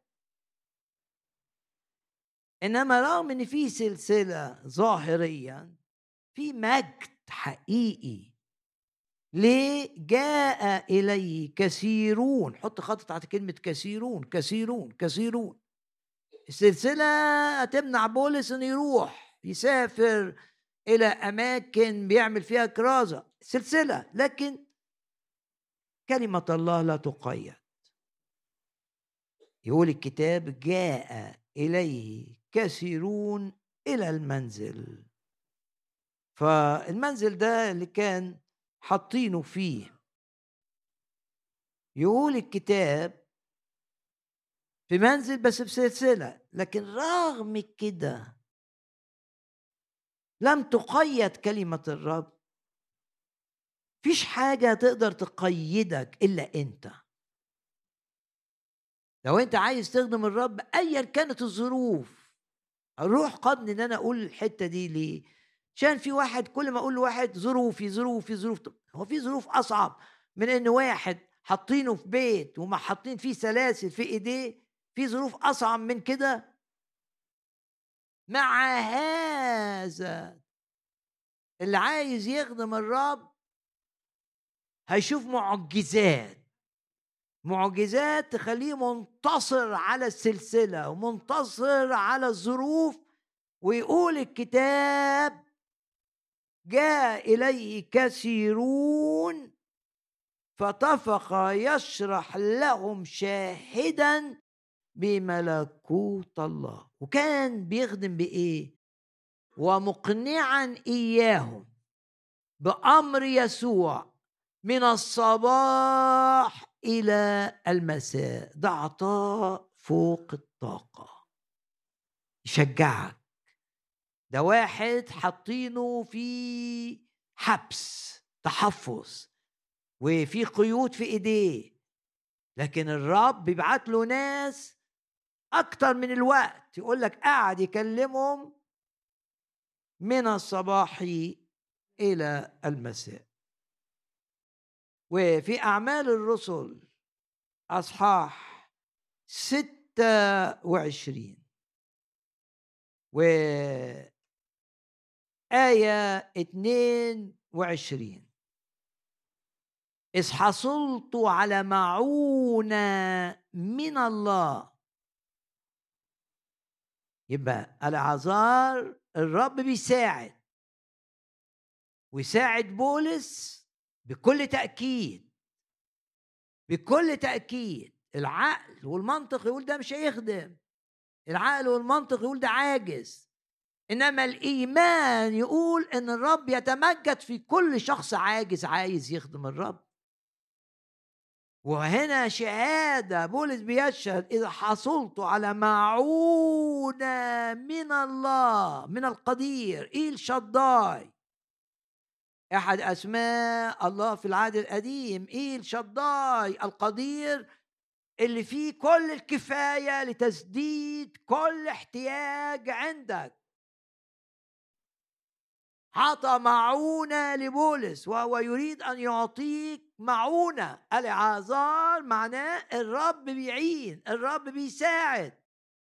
إنما رغم إن في سلسلة ظاهريا، في مجد حقيقي. ليه؟ جاء إليه كثيرون. حط خط تحت كلمة كثيرون كثيرون كثيرون. السلسلة تمنع بولس إنه يروح يسافر إلى أماكن بيعمل فيها كرازة، سلسلة. لكن كلمة الله لا تقيد. يقول الكتاب جاء إليه كثيرون إلى المنزل. فالمنزل ده اللي كان حاطينه فيه، يقول الكتاب في منزل بس بسلسلة. لكن رغم كده لم تقيد كلمة الرب. فيش حاجة تقدر تقيدك إلا أنت. لو أنت عايز تخدم الرب أيا كانت الظروف. الروح قادني إن أنا أقول الحتة دي ليه؟ عشان في واحد كل ما أقول لواحد ظروفي ظروفي ظروف، هو في ظروف أصعب من إن واحد حاطينه في بيت وما حاطين فيه سلاسل في إيديه؟ في ظروف أصعب من كده؟ مع هذا اللي عايز يخدم الرب هيشوف معجزات، معجزات تخليه منتصر على السلسلة ومنتصر على الظروف. ويقول الكتاب جاء إليه كثيرون فطفق يشرح لهم شاهدا بملكوت الله. وكان بيخدم بإيه؟ ومقنعا إياهم بأمر يسوع من الصباح إلى المساء. ده عطاء فوق الطاقة يشجعك. ده واحد حاطينه في حبس تحفظ وفي قيود في ايديه، لكن الرب بيبعت له ناس اكتر من الوقت. يقول لك قاعد يكلمهم من الصباح الى المساء. وفي اعمال الرسل اصحاح ستة وعشرين وآية اتنين وعشرين إذ حصلت على معونة من الله. يبقى العذار الرب بيساعد ويساعد بولس بكل تأكيد. بكل تأكيد العقل والمنطق يقول ده مش هيخدم، العقل والمنطق يقول ده عاجز. إنما الإيمان يقول إن الرب يتمجد في كل شخص عاجز عايز يخدم الرب. وهنا شهادة بولس بيشهد إذا حصلت على معونة من الله من القدير إيل شداي. أحد أسماء الله في العهد القديم إيل شداي القدير، اللي فيه كل الكفاية لتسديد كل احتياج عندك. عطى معونة لبولس وهو يريد أن يعطيك معونة. الإعذار معناه الرب بيعين، الرب بيساعد.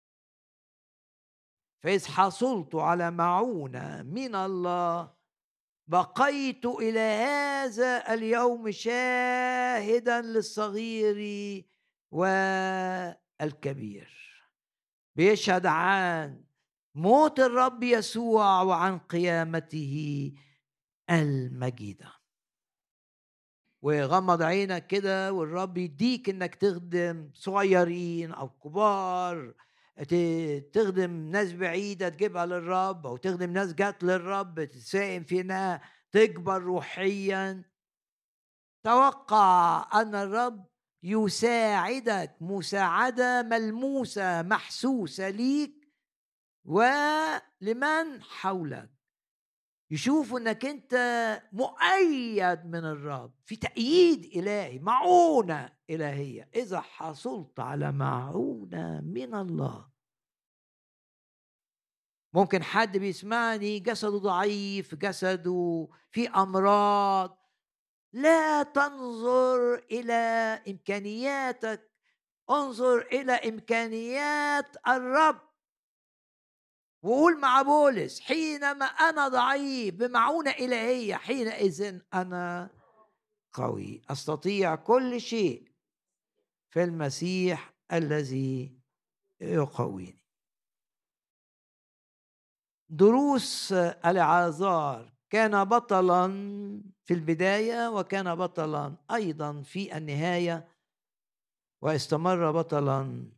فإذ حصلت على معونة من الله بقيت إلى هذا اليوم شاهدا للصغير والكبير. بيشهد عن موت الرب يسوع وعن قيامته المجيدة. وغمض عينك كده والرب يديك انك تخدم صغيرين او كبار، تخدم ناس بعيدة تجيبها للرب، او تخدم ناس جات للرب تساهم في انها تكبر روحيا. توقع ان الرب يساعدك مساعدة ملموسة محسوسة ليك ولمن حولك. يشوفوا انك انت مؤيد من الرب، في تأييد إلهي، معونة إلهية. إذا حصلت على معونة من الله، ممكن حد بيسمعني جسده ضعيف، جسده في أمراض، لا تنظر إلى إمكانياتك، انظر إلى إمكانيات الرب. وقول مع بولس: حينما أنا ضعيف بمعونة إلهية حينئذ أنا قوي، أستطيع كل شيء في المسيح الذي يقويني. دروس العازار: كان بطلا في البداية وكان بطلا أيضا في النهاية، واستمر بطلا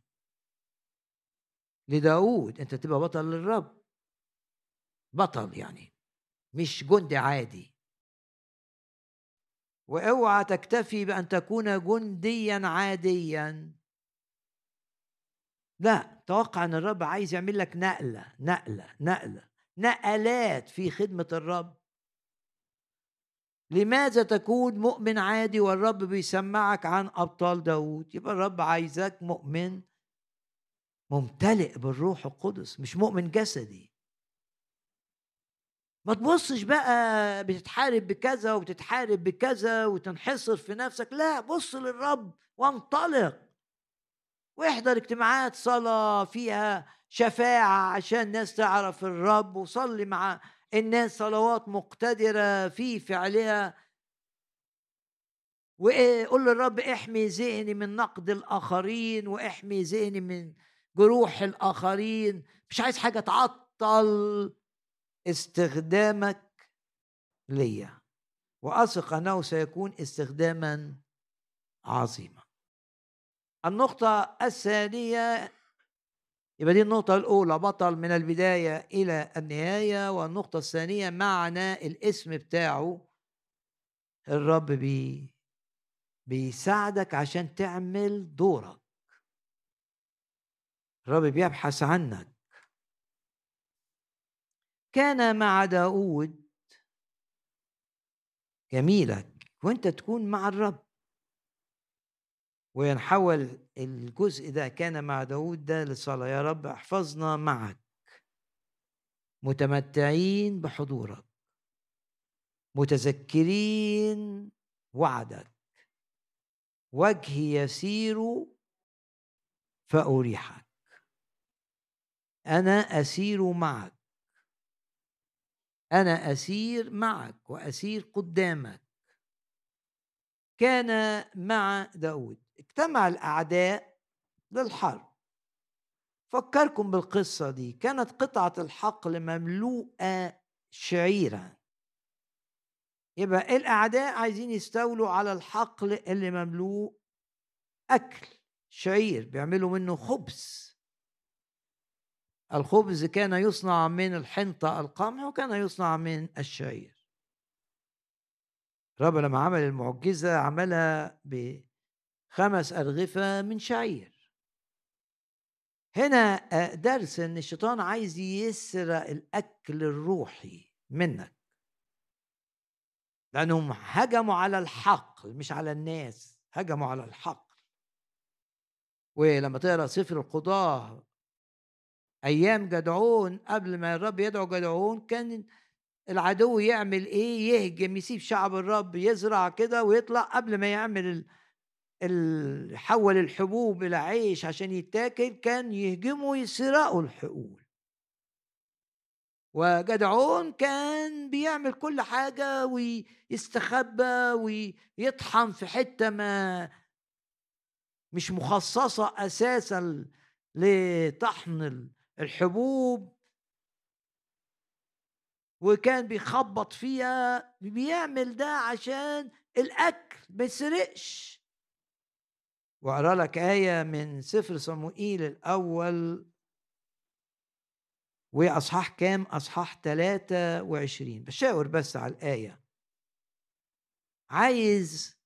لداود. أنت تبقى بطل للرب، بطل يعني مش جندي عادي. واوعى تكتفي بأن تكون جنديا عاديا، لا، توقع أن الرب عايز يعمل لك نقلة نقلة نقلة نقلات في خدمة الرب. لماذا تكون مؤمن عادي والرب بيسمعك عن أبطال داود؟ يبقى الرب عايزك مؤمن ممتلئ بالروح القدس، مش مؤمن جسدي. ما تبصش بقى بتتحارب بكذا وبتتحارب بكذا وتنحصر في نفسك، لا، بص للرب وانطلق، واحضر اجتماعات صلاة فيها شفاعة عشان الناس تعرف الرب، وصلي مع الناس صلوات مقتدرة في فعلها، وقول للرب: احمي ذهني من نقد الآخرين، واحمي ذهني من جروح الآخرين. مش عايز حاجة تعطل استخدامك ليا، وأثق أنه سيكون استخداما عظيما. النقطة الثانية، يبقى دي النقطة الأولى، بطل من البداية إلى النهاية. والنقطة الثانية معنى الاسم بتاعه، الرب بي بيساعدك عشان تعمل دورك، الرب بيبحث عنك. كان مع داود جميلك وانت تكون مع الرب، ونحول الجزء ده كان مع داود ده للصلاة: يا رب احفظنا معك متمتعين بحضورك، متذكرين وعدك، وجهي يسير فأريحك. أنا أسير معك، أنا أسير معك وأسير قدامك. كان مع داود. اجتمع الأعداء للحرب. فكركم بالقصة دي، كانت قطعة الحقل مملوءة شعيرا. يبقى الأعداء عايزين يستولوا على الحقل اللي مملوء أكل شعير، بيعملوا منه خبز. الخبز كان يصنع من الحنطة القمح، وكان يصنع من الشعير. الرب لما عمل المعجزة عملها بخمس أرغفة من شعير. هنا درس ان الشيطان عايز يسرق الأكل الروحي منك، لأنهم هجموا على الحقل مش على الناس، هجموا على الحقل. ولما تقرأ سفر القضاة أيام جدعون، قبل ما الرب يدعو جدعون، كان العدو يعمل ايه؟ يهجم، يسيب شعب الرب يزرع كده ويطلع، قبل ما يعمل ال... ال... حول الحبوب الى عيش عشان يتاكل، كان يهجموا يسرقوا الحقول. وجدعون كان بيعمل كل حاجة ويستخبى ويطحن في حتة ما مش مخصصة أساسا لطحن الحبوب، وكان بيخبط فيها. بيعمل ده عشان الأكل ما يسرقش. وأقرأ لك آية من سفر صموئيل الأول، وأصحاح كام؟ أصحاح ثلاثة وعشرين. بشاور بس على الآية، عايز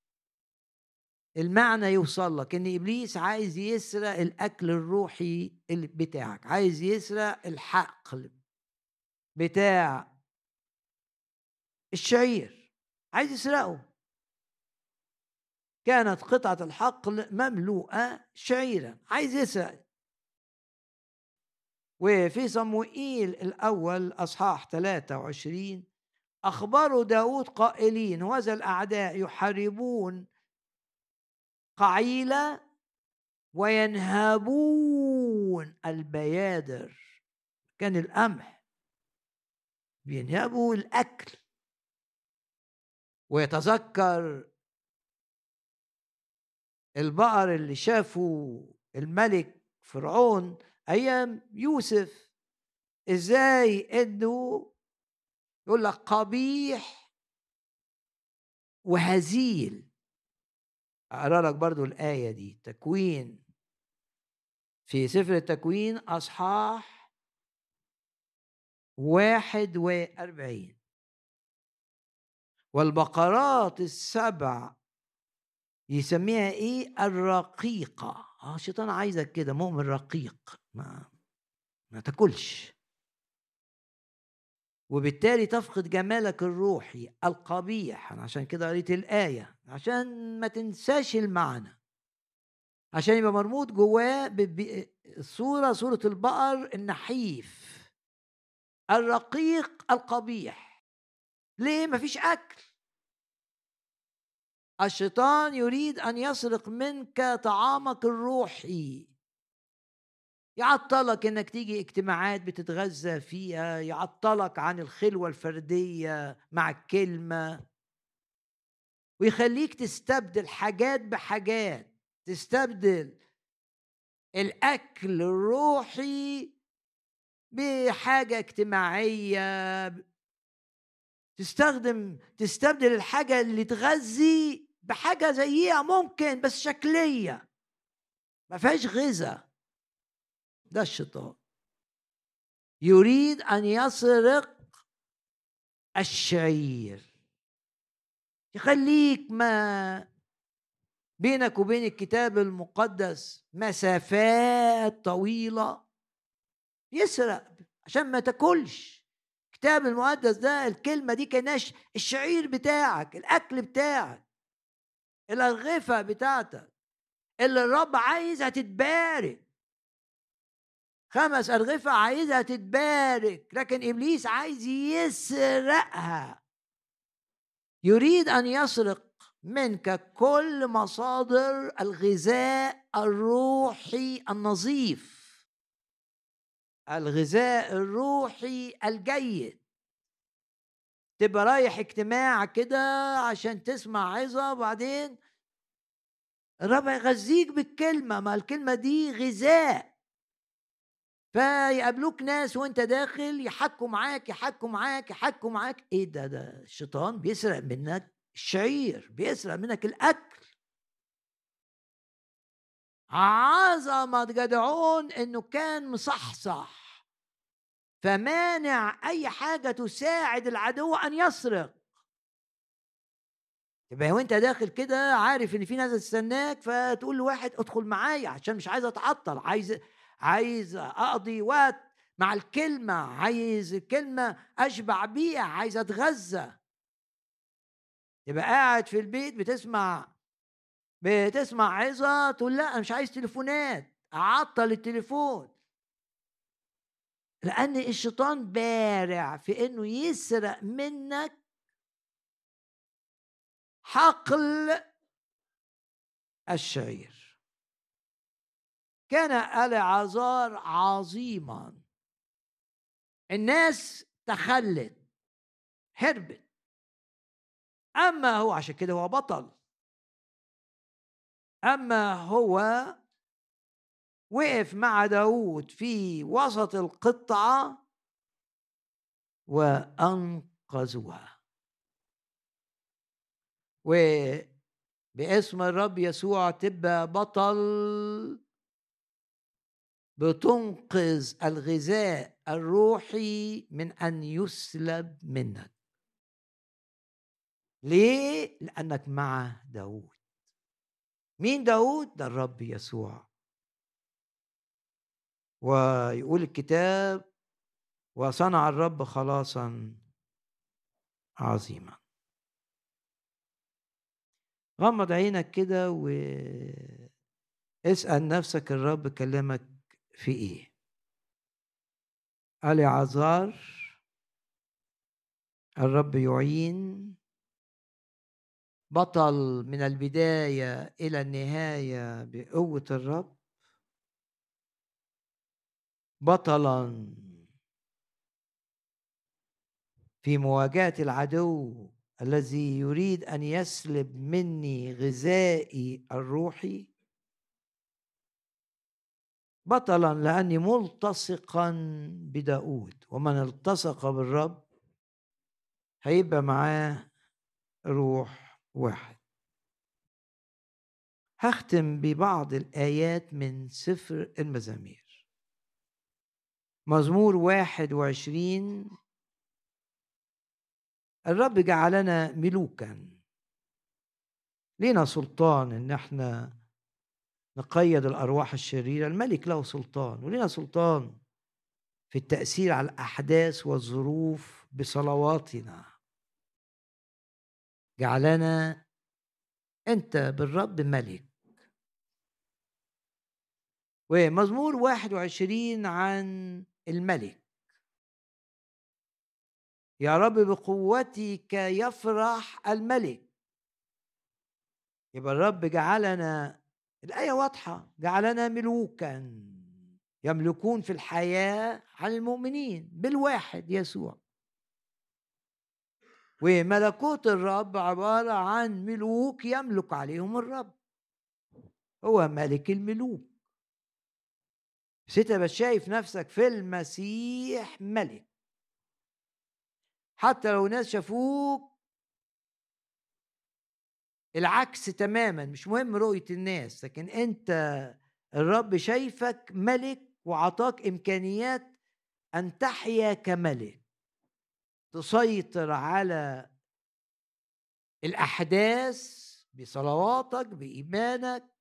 المعنى يوصل لك إن إبليس عايز يسرق الأكل الروحي اللي بتاعك، عايز يسرق الحقل بتاع الشعير، عايز يسرقه. كانت قطعة الحقل مملوءة شعيرا، عايز يسرق. وفي صموئيل الأول أصحاح ثلاثة وعشرين أخبروا داود قائلين: وذا الأعداء يحاربون قعيلة وينهبون البيادر. كان القمح بينهبوا الأكل. ويتذكر البقر اللي شافوا الملك فرعون أيام يوسف، إزاي إنه يقول لك قبيح وهزيل. أقرأ لك برضو الآية دي، تكوين، في سفر التكوين أصحاح واحد وأربعين: والبقرات السبع يسميها إيه؟ الرقيقة. آه الشيطان عايزك كده مؤمن رقيق، ما ما تاكلش، وبالتالي تفقد جمالك الروحي القبيح. عشان كده قريت الآية عشان ما تنساش المعنى، عشان يبقى مربوط جواه الصورة، صورة البقر النحيف الرقيق القبيح. ليه؟ مفيش أكل. الشيطان يريد أن يسرق منك طعامك الروحي، يعطلك انك تيجي اجتماعات بتتغذى فيها، يعطلك عن الخلوة الفردية مع الكلمة، ويخليك تستبدل حاجات بحاجات، تستبدل الأكل الروحي بحاجة اجتماعية، تستخدم تستبدل الحاجة اللي تغذي بحاجة زيها ممكن بس شكلية ما فيهاش غذاء. ده الشيطان يريد أن يسرق الشعير، يخليك ما بينك وبين الكتاب المقدس مسافات طويلة، يسرق عشان ما تاكلش. الكتاب المقدس ده الكلمة دي كناش الشعير بتاعك، الأكل بتاعك، الأرغفة بتاعتك اللي الرب عايزها تتبارك. خمس أرغفة عايزها تتبارك، لكن إبليس عايز يسرقها. يريد أن يسرق منك كل مصادر الغذاء الروحي النظيف، الغذاء الروحي الجيد. تبقى رايح اجتماع كده عشان تسمع عظة، وبعدين الرب يغذيك بالكلمة، ما الكلمة دي غذاء. فيقابلوك ناس وانت داخل يحكوا معاك يحكوا معاك يحكوا معاك ايه ده؟ ده الشيطان بيسرق منك الشعير، بيسرق منك الاكل. عظمة جدعون انه كان مصحصح، فمانع اي حاجة تساعد العدو ان يسرق. يبقى وانت داخل كده عارف ان في ناس تستناك، فتقول لواحد ادخل معايا عشان مش عايز اتعطل، عايز عايز اقضي وقت مع الكلمة، عايز الكلمة اشبع بيها، عايز اتغذى. يبقى قاعد في البيت بتسمع بتسمع عظة، تقول لا انا مش عايز تليفونات، اعطل التليفون. لان الشيطان بارع في انه يسرق منك حقل الشعير. كان العازار عظيما، الناس تخلت هربت، اما هو عشان كده هو بطل. اما هو وقف مع داود في وسط القطعة وأنقذوها. وباسم الرب يسوع تبقى بطل، بتنقذ الغذاء الروحي من أن يسلب منك. ليه؟ لأنك مع داود. مين داود؟ ده الرب يسوع. ويقول الكتاب: وصنع الرب خلاصا عظيما. غمض عينك كده واسأل نفسك الرب كلمك في ايه. قال يا عذار الرب يعين، بطل من البداية إلى النهاية بقوة الرب، بطلا في مواجهة العدو الذي يريد أن يسلب مني غذائي الروحي، بطلا لأني ملتصقا بداود، ومن التصق بالرب هيبقى معاه روح واحد. هختم ببعض الآيات من سفر المزامير. مزمور واحد وعشرين: الرب جعلنا ملوكا، لينا سلطان ان احنا نقيد الارواح الشريره. الملك له سلطان، ولينا سلطان في التاثير على الاحداث والظروف بصلواتنا. جعلنا انت بالرب ملك. ومزمور واحد وعشرين عن الملك: يا رب بقوتك يفرح الملك. يبقى الرب جعلنا، الآية واضحة، جعلنا ملوكا يملكون في الحياة عن المؤمنين بالواحد يسوع. وملكوت الرب عبارة عن ملوك يملك عليهم الرب، هو ملك الملوك. بس انت بس شايف نفسك في المسيح ملك، حتى لو ناس شافوك العكس تماما، مش مهم رؤية الناس، لكن انت الرب شايفك ملك وعطاك امكانيات ان تحيا كملك، تسيطر على الاحداث بصلواتك بايمانك،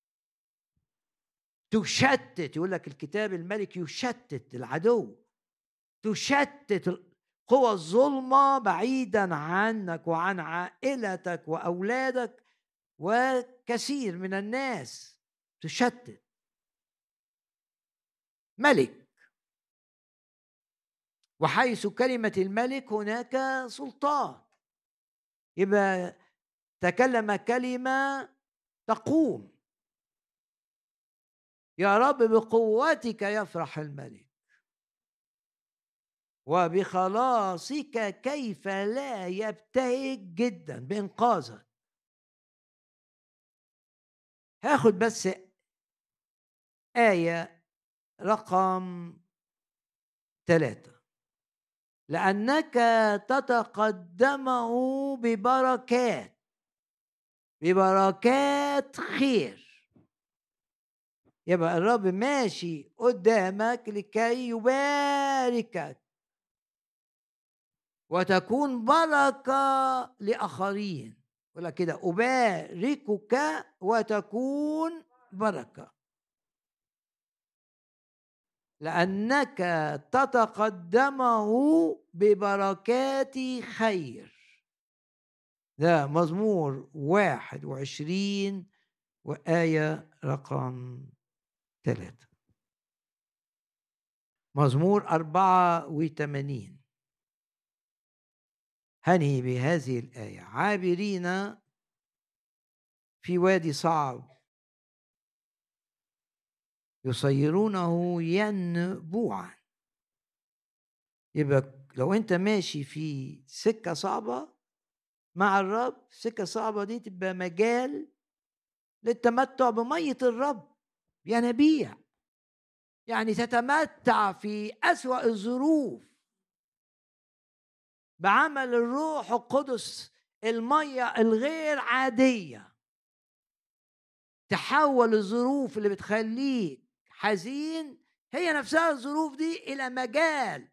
تشتت. يقول لك الكتاب الملك يشتت العدو، تشتت قوى الظلمة بعيدا عنك وعن عائلتك واولادك وكثير من الناس، تشتت. ملك، وحيث كلمة الملك هناك سلطان. يبقى تكلم كلمة تقوم. يا رب بقوتك يفرح الملك، وبخلاصك كيف لا يبتهج جدا بإنقاذك. هاخد بس آية رقم ثلاثة: لأنك تتقدمه ببركات، ببركات خير. يبقى الرب ماشي قدامك لكي يباركك وتكون بركة لآخرين. يقول لك كده: أباركك وتكون بركة، لأنك تتقدمه ببركات خير. ده مزمور واحد وعشرين وآية رقم ثلاثة. مزمور أربعة وثمانين: هني بهذه الآية: عابرين في وادي صعب يصيرونه ينبوعا. يبقى لو انت ماشي في سكة صعبة مع الرب، سكة صعبة دي تبقى مجال للتمتع بمية الرب، ينابيع. يعني تتمتع في أسوأ الظروف بعمل الروح القدس، المية الغير عادية تحول الظروف اللي بتخليك حزين، هي نفسها الظروف دي، إلى مجال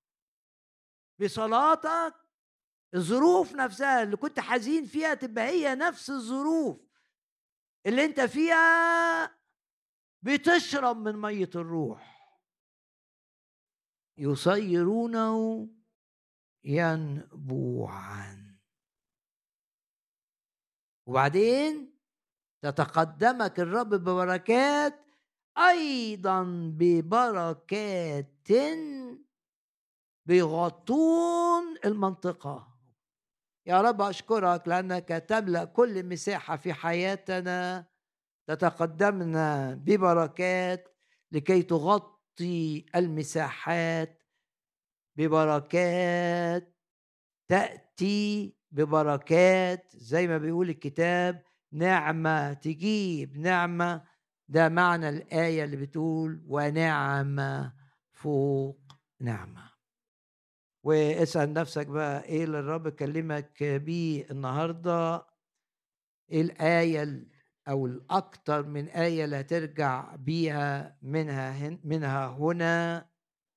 بصلاتك. الظروف نفسها اللي كنت حزين فيها تبقى هي نفس الظروف اللي انت فيها بتشرب من مية الروح. يصيرونه ينبوعان. وبعدين تتقدمك الرب ببركات، أيضا ببركات بيغطون المنطقة. يا رب أشكرك لأنك تملأ كل مساحة في حياتنا، تتقدمنا ببركات لكي تغطي المساحات ببركات، تأتي ببركات زي ما بيقول الكتاب، نعمة تجيب نعمة. ده معنى الآية اللي بتقول ونعمة فوق نعمة. واسأل نفسك بقى ايه اللي الرب كلمك بيه النهاردة، ايه الآية او الأكتر من آية اللي هترجع بيها منها منها هنا.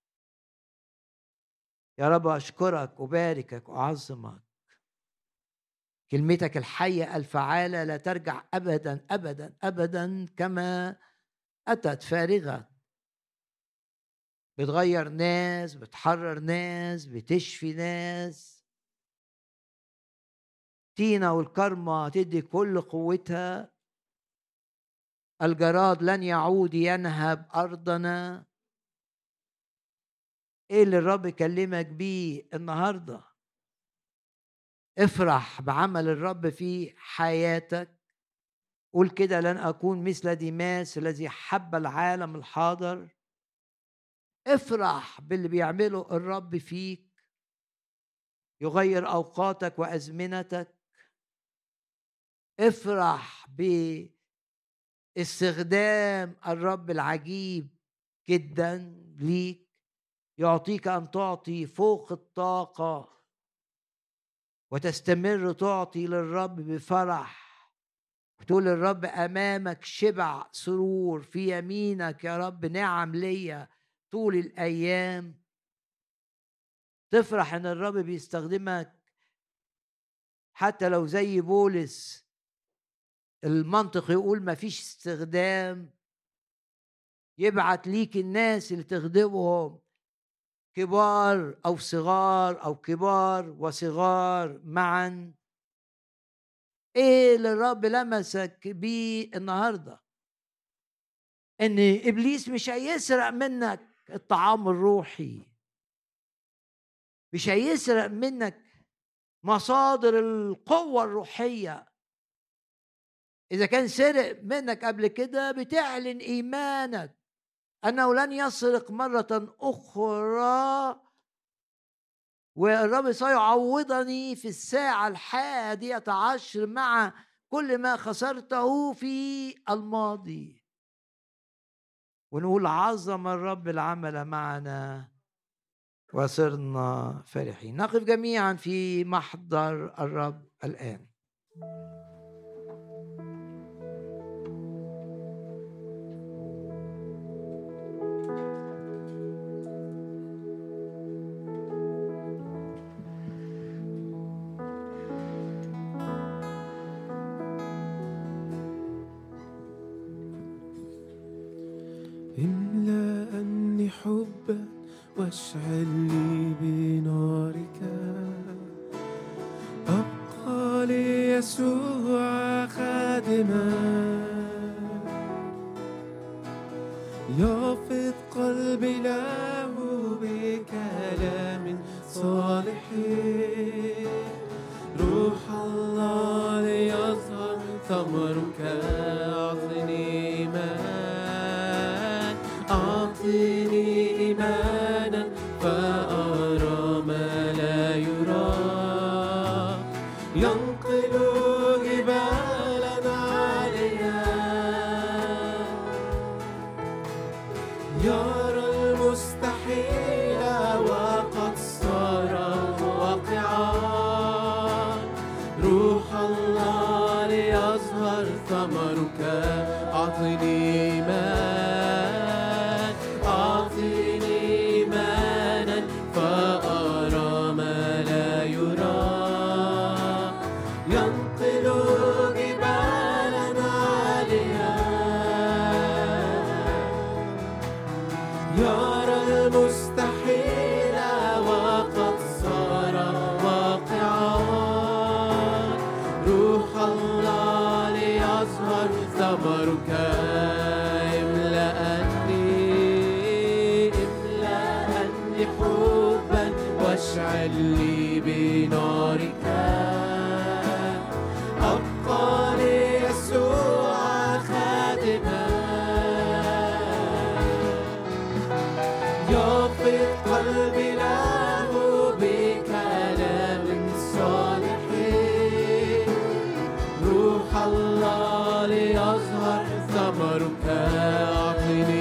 يا رب أشكرك وباركك وأعظمك. كلمتك الحية الفعالة لا ترجع أبدا أبدا أبدا كما أتت فارغة، بتغير ناس، بتحرر ناس، بتشفي ناس. تينا والكرمة تدي كل قوتها. الجراد لن يعود ينهب أرضنا. إيه اللي الرب يكلمك بيه النهاردة؟ افرح بعمل الرب في حياتك. قول كده لن أكون مثل ديماس الذي حب العالم الحاضر. افرح باللي بيعمله الرب فيك، يغير أوقاتك وأزمنتك. افرح باستخدام الرب العجيب جدا ليك، يعطيك أن تعطي فوق الطاقة وتستمر تعطي للرب بفرح. تقول للرب أمامك شبع سرور، في يمينك يا رب نعم ليا طول الأيام. تفرح إن الرب بيستخدمك حتى لو زي بولس المنطق يقول ما فيش استخدام، يبعت ليك الناس اللي تخدمهم كبار أو صغار أو كبار وصغار معا. إيه اللي الرب لمسك بيه النهاردة؟ إن إبليس مش هيسرق منك الطعام الروحي، مش هيسرق منك مصادر القوة الروحية. إذا كان سرق منك قبل كده بتعلن إيمانك أنه لن يسرق مرة أخرى، والرب سيعوضني في الساعة الحادية عشر مع كل ما خسرته في الماضي. ونقول عظم الرب العمل معنا وصرنا فرحين. نقف جميعا في محضر الرب الآن. املأني حبا واشعل لي بنارك، أبقى ليسوع خادما، يفض قلبي له بكلام صالح، روح الله ليظهر ثمرك. أعطني إيمان، أعطني إيمانا فأرى ما لا يرى، ينقل جبالا عاليا، يرى المستحيل وقد صار واقعا، روح الله ليظهر ثمرك. أعطني إيمان، أعطني إيمانا فأرى ما لا يرى، ينقل جبالا عاليا، يرى المستحيل وقد صار واشعلني بنارك أبقى ليسوع خادما يفض قلبي له بكلام صالح روح الله ليظهر ثمرك أعطني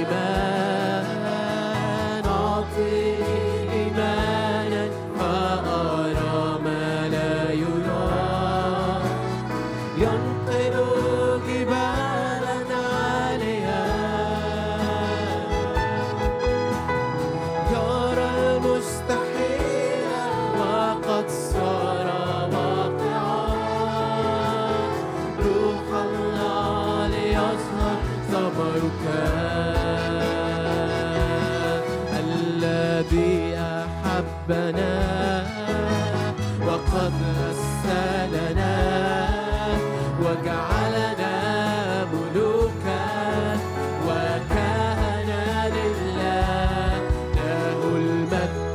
إيمان أعطني إيمانا فأرى ما لا يرى ينقل جبالا عالية يرى المستحيل وقد صار واقعا روح الله ليظهر ثمرك الذي أحبنا وقد غسلنا وجعلنا ملوكا وكهنة لله له المجد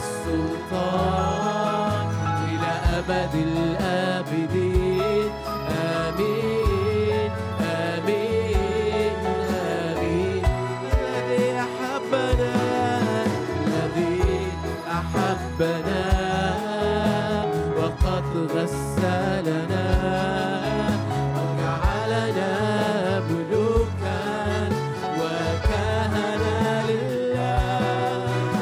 والسلطان إلى أبد الآبدين آمين آمين آمين الذي أحبنا الذي أحبنا وقد غسلنا وجعلنا ملوكا وكهنة لله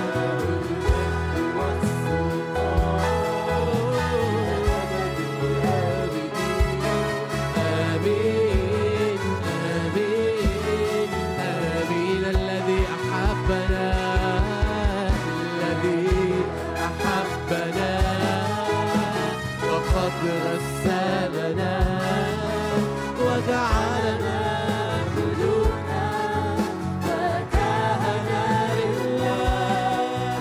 آمين آمين آمين الذي أحبنا الذي أحبنا وقد غسلنا وجعلنا ملوكا وكهنة لله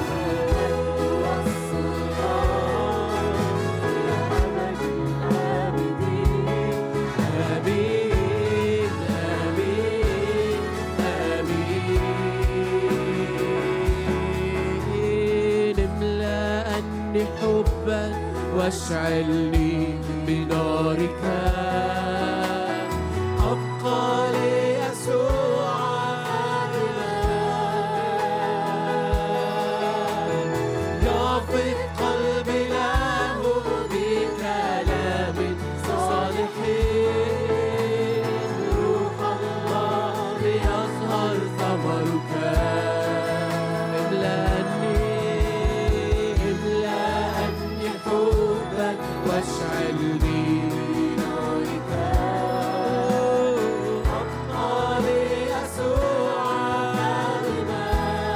والسلطان لأبد الآبدين آمين آمين آمين املأني حبا واشعلني بنارك أبقى ليسوع يفض قلبي له بكلام صالح روح الله ليظهر ثمرك املأني املأني حبا واشعلني بنارك أبقى ليسوع خادما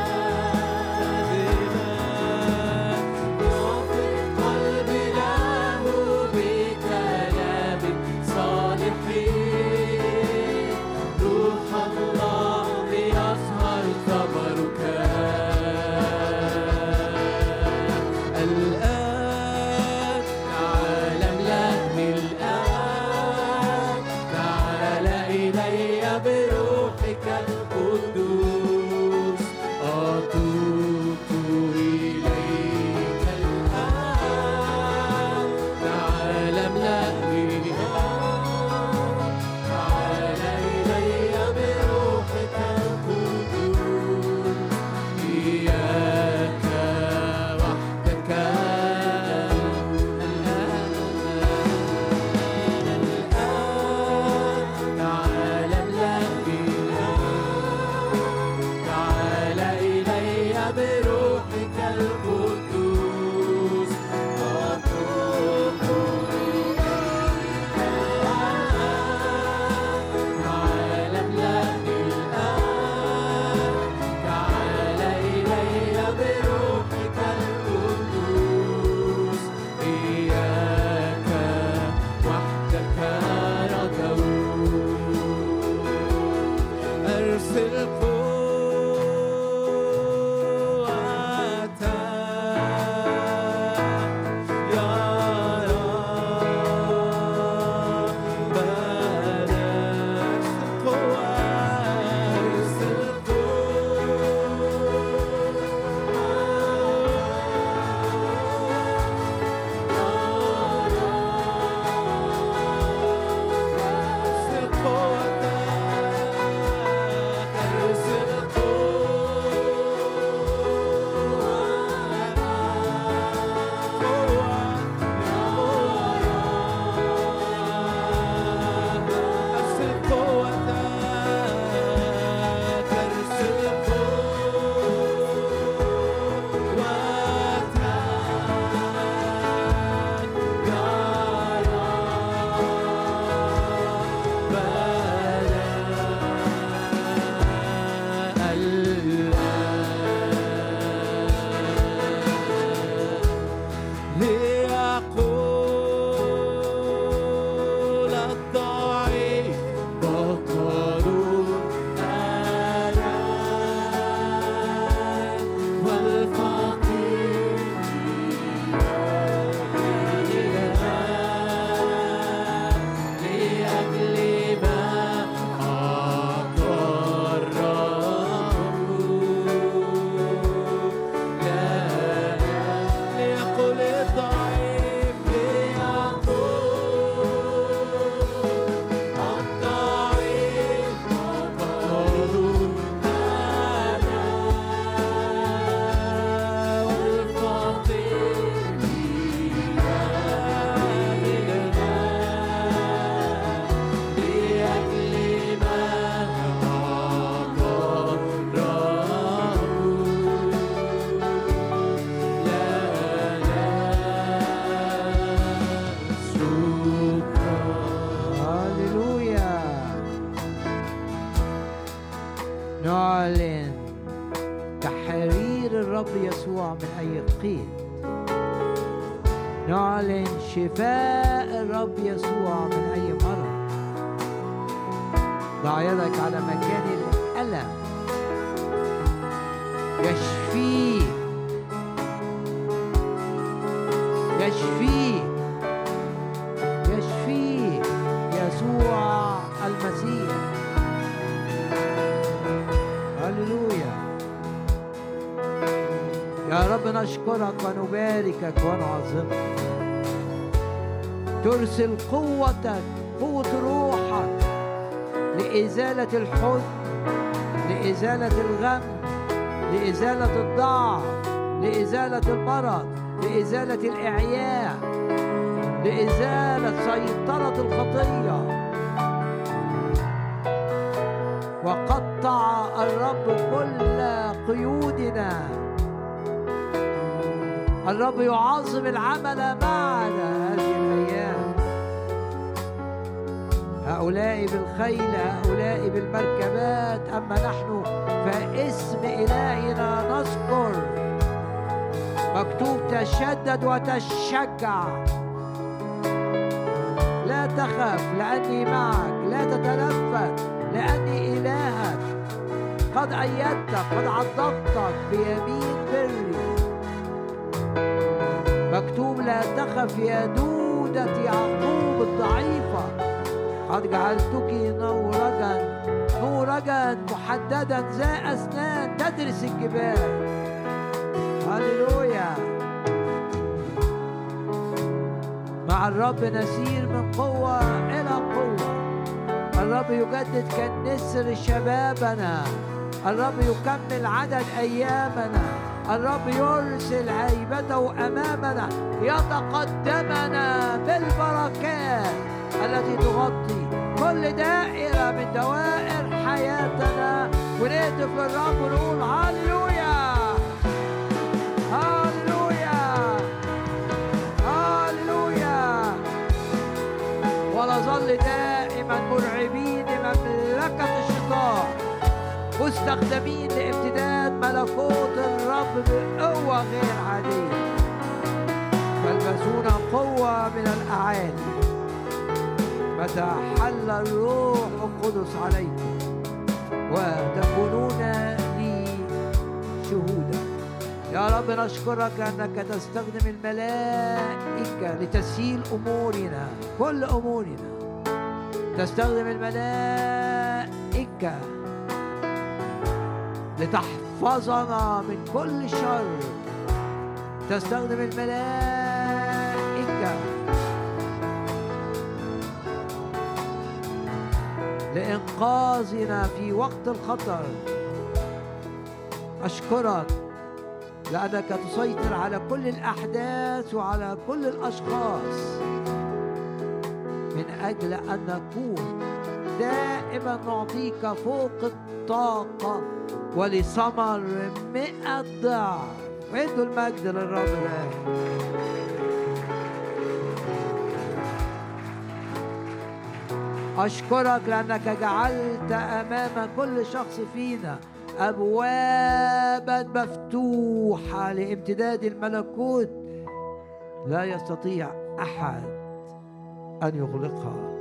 يفض قلبي له بكلام صالح روح الله ليظهر ثمرك الآن تعال املأني الآن تعال إلي بروحك القدوس أتوب إليك الآن تعال املأني تعال إلي بروحك القدوس إياك وحدك الآن الآن تعال املأني تعال إلي بروحك القدوس أتوب إليك الآن تعال املأني الآن تعال إلي بروحك القدوس إياك وحدك رجوت أرسل قوتك يا رب بلاش قوة أرسل قوتك نعلن تحرير الرب يسوع من أي قيد، نعلن شفاء الرب يسوع من أي مرض. ضع يدك على مكان الألم، يشفيك يشفيك يشفيك يسوع المسيح. هللويا. يا رب نشكرك ونباركك ونعظمك. ترسل قوتك، قوة روحك لإزالة الحزن، لإزالة الغم، لإزالة الضعف، لإزالة المرض، لإزالة الإعياء، لإزالة سيطرة الخطية. وقطع الرب كل قيودنا. الرب يعظم العمل معنا هذه الأيام. هؤلاء بالخيل، هؤلاء بالمركبات، أما نحن فاسم إلهنا نذكر. مكتوب تشدد وتشجع، لا تخف لأني معك، لا تتلفت لأني إلهك، قد أيدتك، قد عضدتك بيمين بري. مكتوب لا تخف يا دودة يعقوب الضعيفة، قد جعلتك نورجا نورجا محددا ذا أسنان تدرس الجبال. هللويا. مع الرب نسير من قوة إلى قوة. الرب يجدد كالنسر شبابنا. الرب يكمل عدد أيامنا. الرب يرسل هيبته أمامنا، يتقدمنا بالبركات التي تغطي كل دائرة من دوائر حياتنا. ونهتف للرب ونقول هللويا هللويا هللويا. ونظل دائما مرعبين مملكة الشيطان، مستخدمين لامتداد ملكوت الرب بقوة غير عادية. تلبسون قوة من الأعالي متى حل الروح القدس عليكم، وتكونون لي شهودا. يا رب نشكرك أنك تستخدم الملائكة لتسهيل أمورنا، كل أمورنا. تستخدم الملائكة لتحفظنا من كل شر. تستخدم الملائكة لإنقاذنا في وقت الخطر. أشكرك لأنك تسيطر على كل الأحداث وعلى كل الأشخاص، من أجل أن نكون دائما نعطيك فوق الطاقة ولثمر مئة ضعف. وادوا المجد للرب الآن. أشكرك لأنك جعلت أمام كل شخص فينا أبوابا مفتوحة لامتداد الملكوت لا يستطيع أحد أن يغلقها.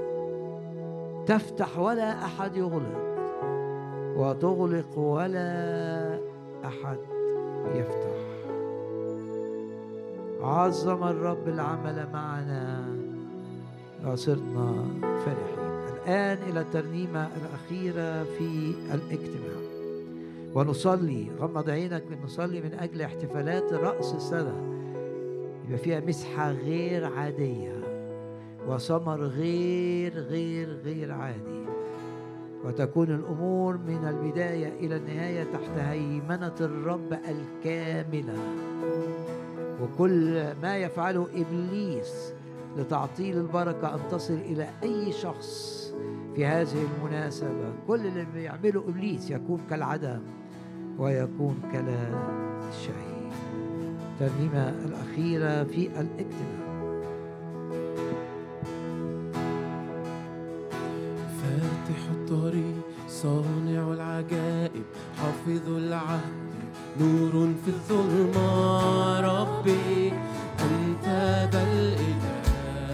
تفتح ولا أحد يغلق، وتغلق ولا أحد يفتح. عظم الرب العمل معنا وصرنا فرحين. الآن إلى الترنيمة الأخيرة في الاجتماع، ونصلي. غمض عينك، نصلي من أجل احتفالات رأس السنة يبقى فيها مسحة غير عادية وثمر غير غير غير عادي، وتكون الأمور من البداية إلى النهاية تحت هيمنة الرب الكاملة. وكل ما يفعله إبليس لتعطيل البركة أن تصل إلى أي شخص في هذه المناسبة، كل اللي بيعمله إبليس يكون كالعدم ويكون كلا شيء. الترنيمة الأخيرة في الاجتماع. فاتح الطريق صانع العجائب حافظ العهد نور في الظلمة ربي أنت ذا الإله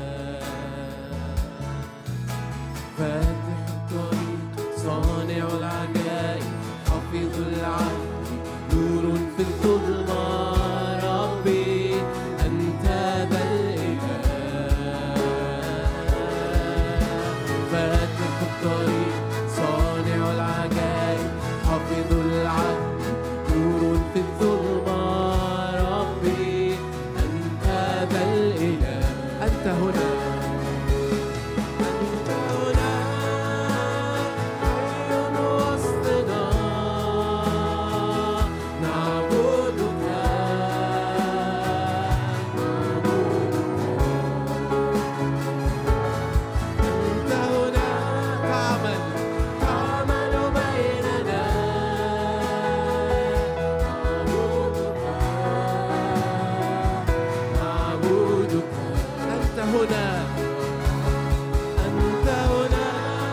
فاتح الطريق صانع العجائب حافظ العهد نور في الظلمة ربي أنت ذا الإله فاتح الطريق صانع العجائب حافظ العهد نور في الظلمة ربي أنت ذا الإله أنت هنا أنت هنا حي وسطنا نعبدك نعبدك أنت هنا تعمل تعمل بيننا نعبدك أنت هنا أنت هنا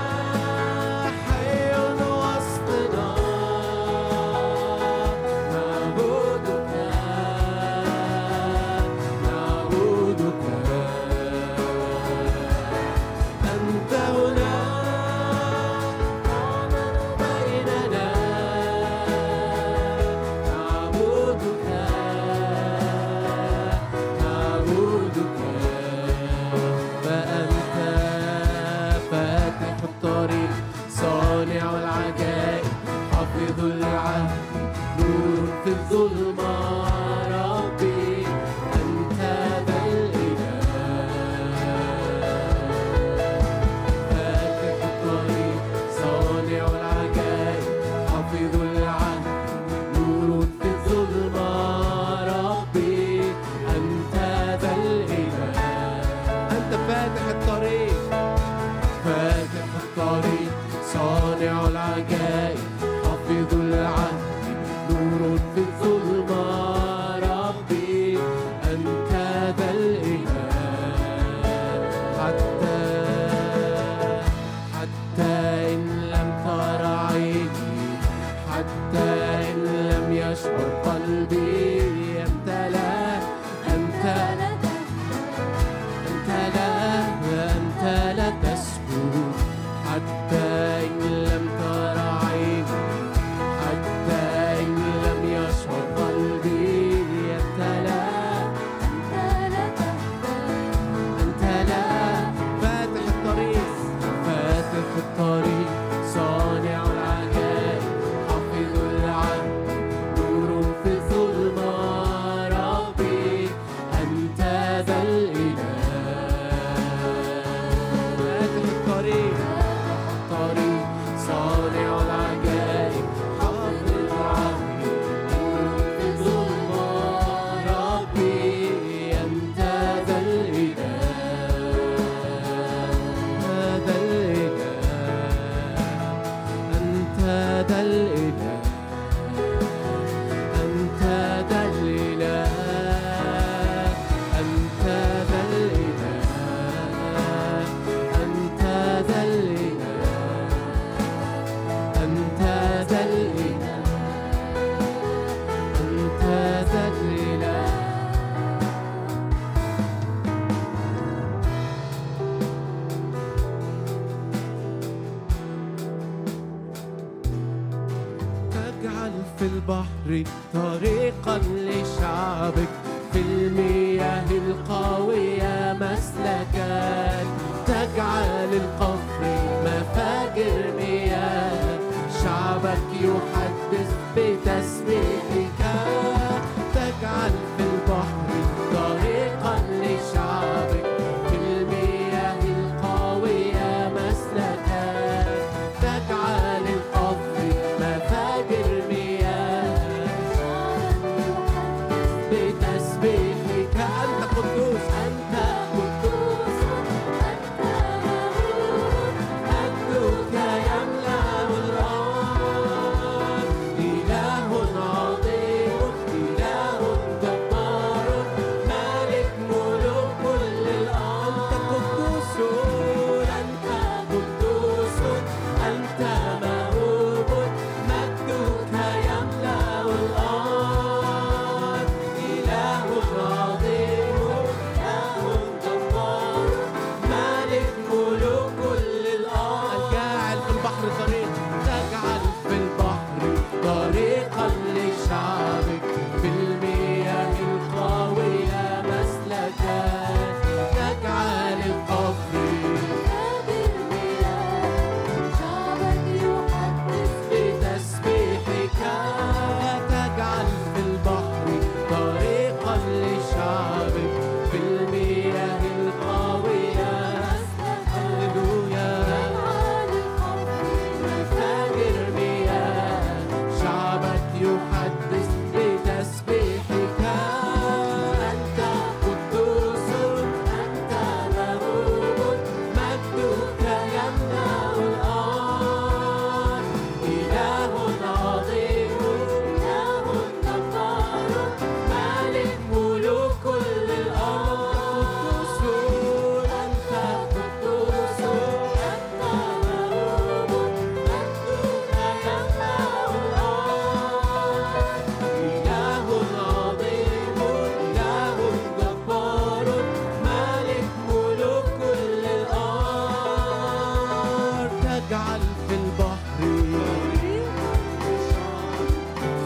حي وسطنا نعبدك نعبدك أنت هنا تعمل بيننا نعبدك نعبدك فأنت فاتح الطريق صانع العجائب حافظ العهد نور في الظلمة ربي أنت ذا الإله فاتح الطريق صانع العجائب حافظ العهد نور في الظلمة ربي أنت ذا الإله أنت فاتح الطريق فاتح الطريق صانع العجائب حافظ العهد نور في الظلمة ربي أنت ذا الإله حتى حتى إن لم تر عيني حتى إن لم يشعر قلبي أنت لا أنت أنت لا أنت لا تسكت حتى إن لم تر عيني حتى إن لم يشعر قلبي أنت لا أنت لا فاتح الطريق فاتح الطريق صانع العجائب حافظ العهد نور في الظلمة ربي أنت ذا الإله فاتح الطريق الطريق صانع العجائب حافظ العهد نور في الظلمة ربي أنت ذا الإله هذا الإله أنت ذا الإله أنت ذا الإله أنت ذا الإله أنت ذا الإله أنت ذا الإله أنت ذا الإله تجعل في البحر طريقا لشعبك في المياه القوية مسلكا تجعل القفر مفاجر مياه شعبك يحدث بتسبيحك تجعل في البحر طريقا لشعبك في المياه القوية مسلكا تجعل القفر مفاجر مياه بتسبيحك أنت قدوس أنت قدوس أنت مهول مجدك يملأ الأرض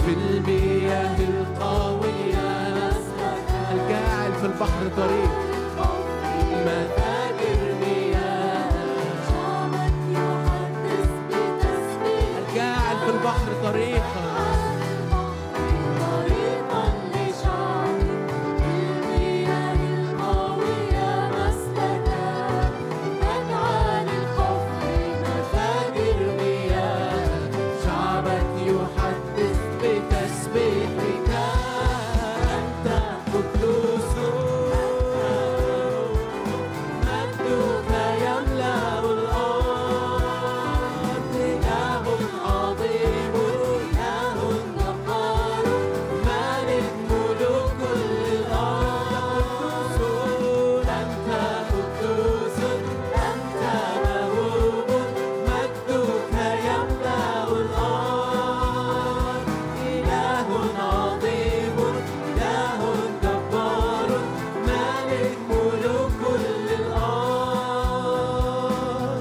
في المياه القوية مسلكا الجاعل في البحر طريق متاجر مياه شعبك يحدث بتسبيح الجاعل في البحر طريقا طريقا لشعبك في المياه القوية مسلكا تجعل القفر متاجر مياه شعبك يحدث بتسبيحك أنت قدوس مجدك يملأ الأرض إله عظيم إله جبار مالك ملوك كل الأرض أنت قدوس أنت موهوب مجدك يملأ الأرض إله عظيم إله جبار مالك ملوك كل الأرض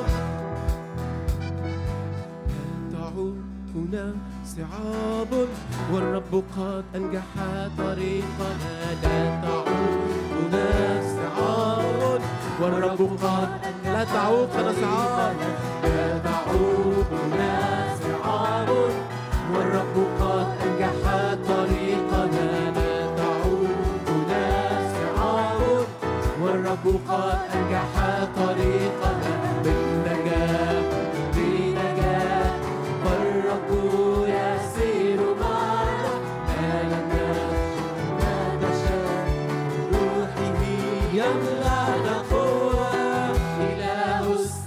تعود هنا صعاب والرب قد أنجح طريقنا لا تعود هنا صعاب والرب قد لا تعود هنا صعاب لا تعود هنا صعاب والرب قد أنجح طريقنا لا تعود هنا صعاب والرب قد أنجح طريقنا بالنجاة بنجاة والرب يسير معنا ما لنا ما نشاء روحه يملأنا قوة إله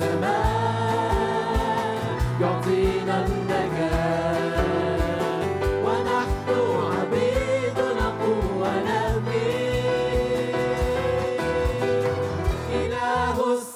السماء يعطينا النجاة ونحن عبيد نقوى ونبني إله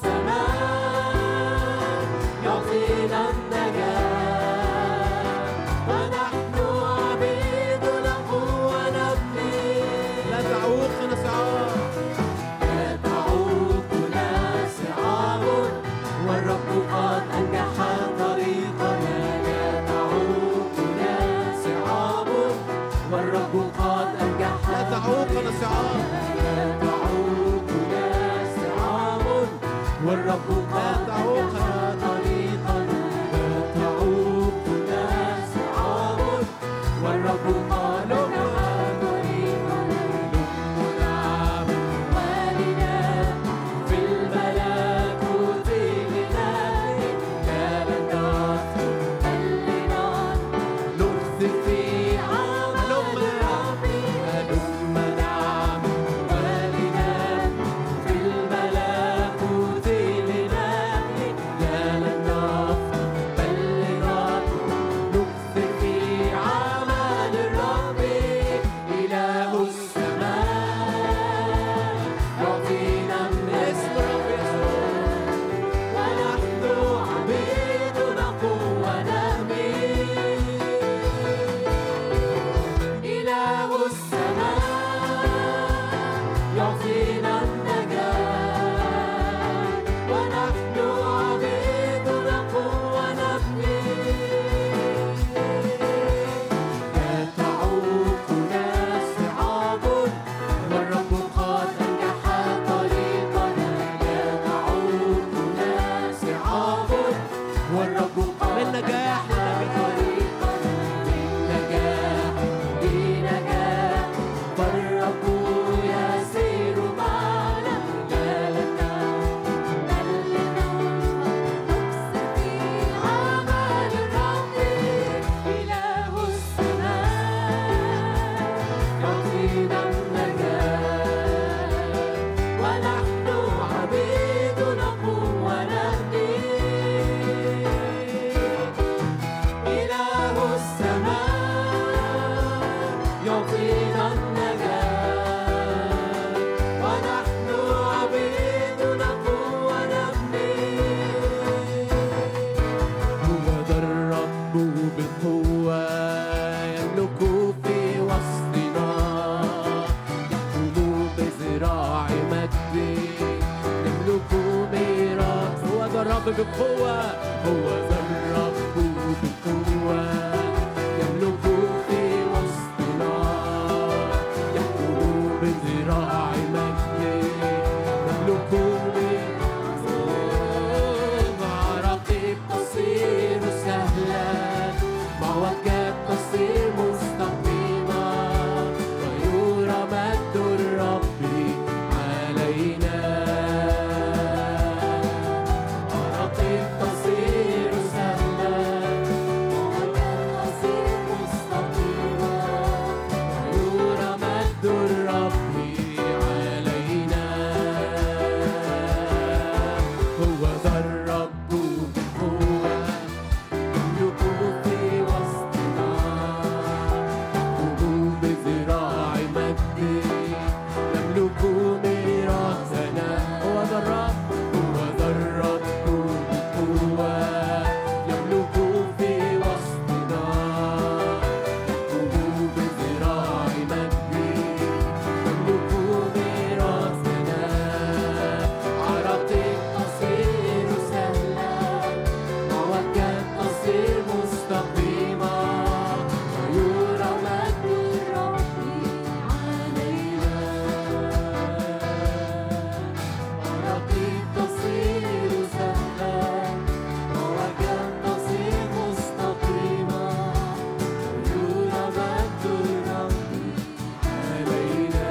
السماء يعطينا النجاة ونحن عبيد نقوى ونبني لا تعوقنا صعاب لا تعوقنا صعاب والرب قد أنجح طريقنا لا تعوقنا صعاب والرب قد أنجح لا تعوقنا صعاب لا تعوقنا صعاب والرب قد تعوقنا طريقنا لا تعوقنا صعاب والرب قد أنجح طريقنا لمنا ولنا في الملكوت لله لا لنعث بل لنعث نخزي في عمل الرب هلم نعم ولنا في الملكوت لله لا لنعث بل لنعث نخزي في عمل الرب إله السماء يعطينا اسم الرب يسوع ونحن عبيد نقوى ونهمي إله السماء يعطينا النجاة ونحن عبيد نقوى ونبني لا تعوقنا صعاب والرب قد أنجح طريقنا لا تعوقنا صعاب والرب قد من نجاح طريقنا من نجاح لنجاح فالرب يسير معنا لا لنا بل لنعث في عمل الرب إله السماء يعطينا النجاة ونحن عبيد نقوم ونهدي إله السماء يعطينا النجاة ونحن عبيد نقوم ونبني هو ذا الرب بالقوة يملك في وسطنا يحكم بذراع مجده نملك ميراث هو ذا الرب بالقوة هو ذا الرب بالقوة يملك في وسطنا تصير مستقيمة ويرى مجد الرب علينا عراقيب تصير سهلة تصير مستقيمة ويرى مجد الرب علينا هو ذا الرب بقوة يملك في وسطنا قوموا بذراع مجد يملك ميراثنا هو ذا الرب هو ذا الرب بقوة يملك في وسطنا قوموا بذراع مجد يملك ميراثنا عراقيب تصير سهلة معوجات تصير مستقيمة ويرى مجد الرب علينا عراقيب تصير سهلة معوجات تصير مستقيمة ويرى مجد الرب علينا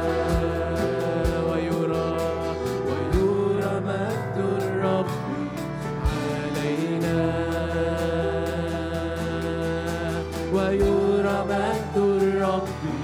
ويرى ويرى مجد الرب علينا ويرى مجد الرب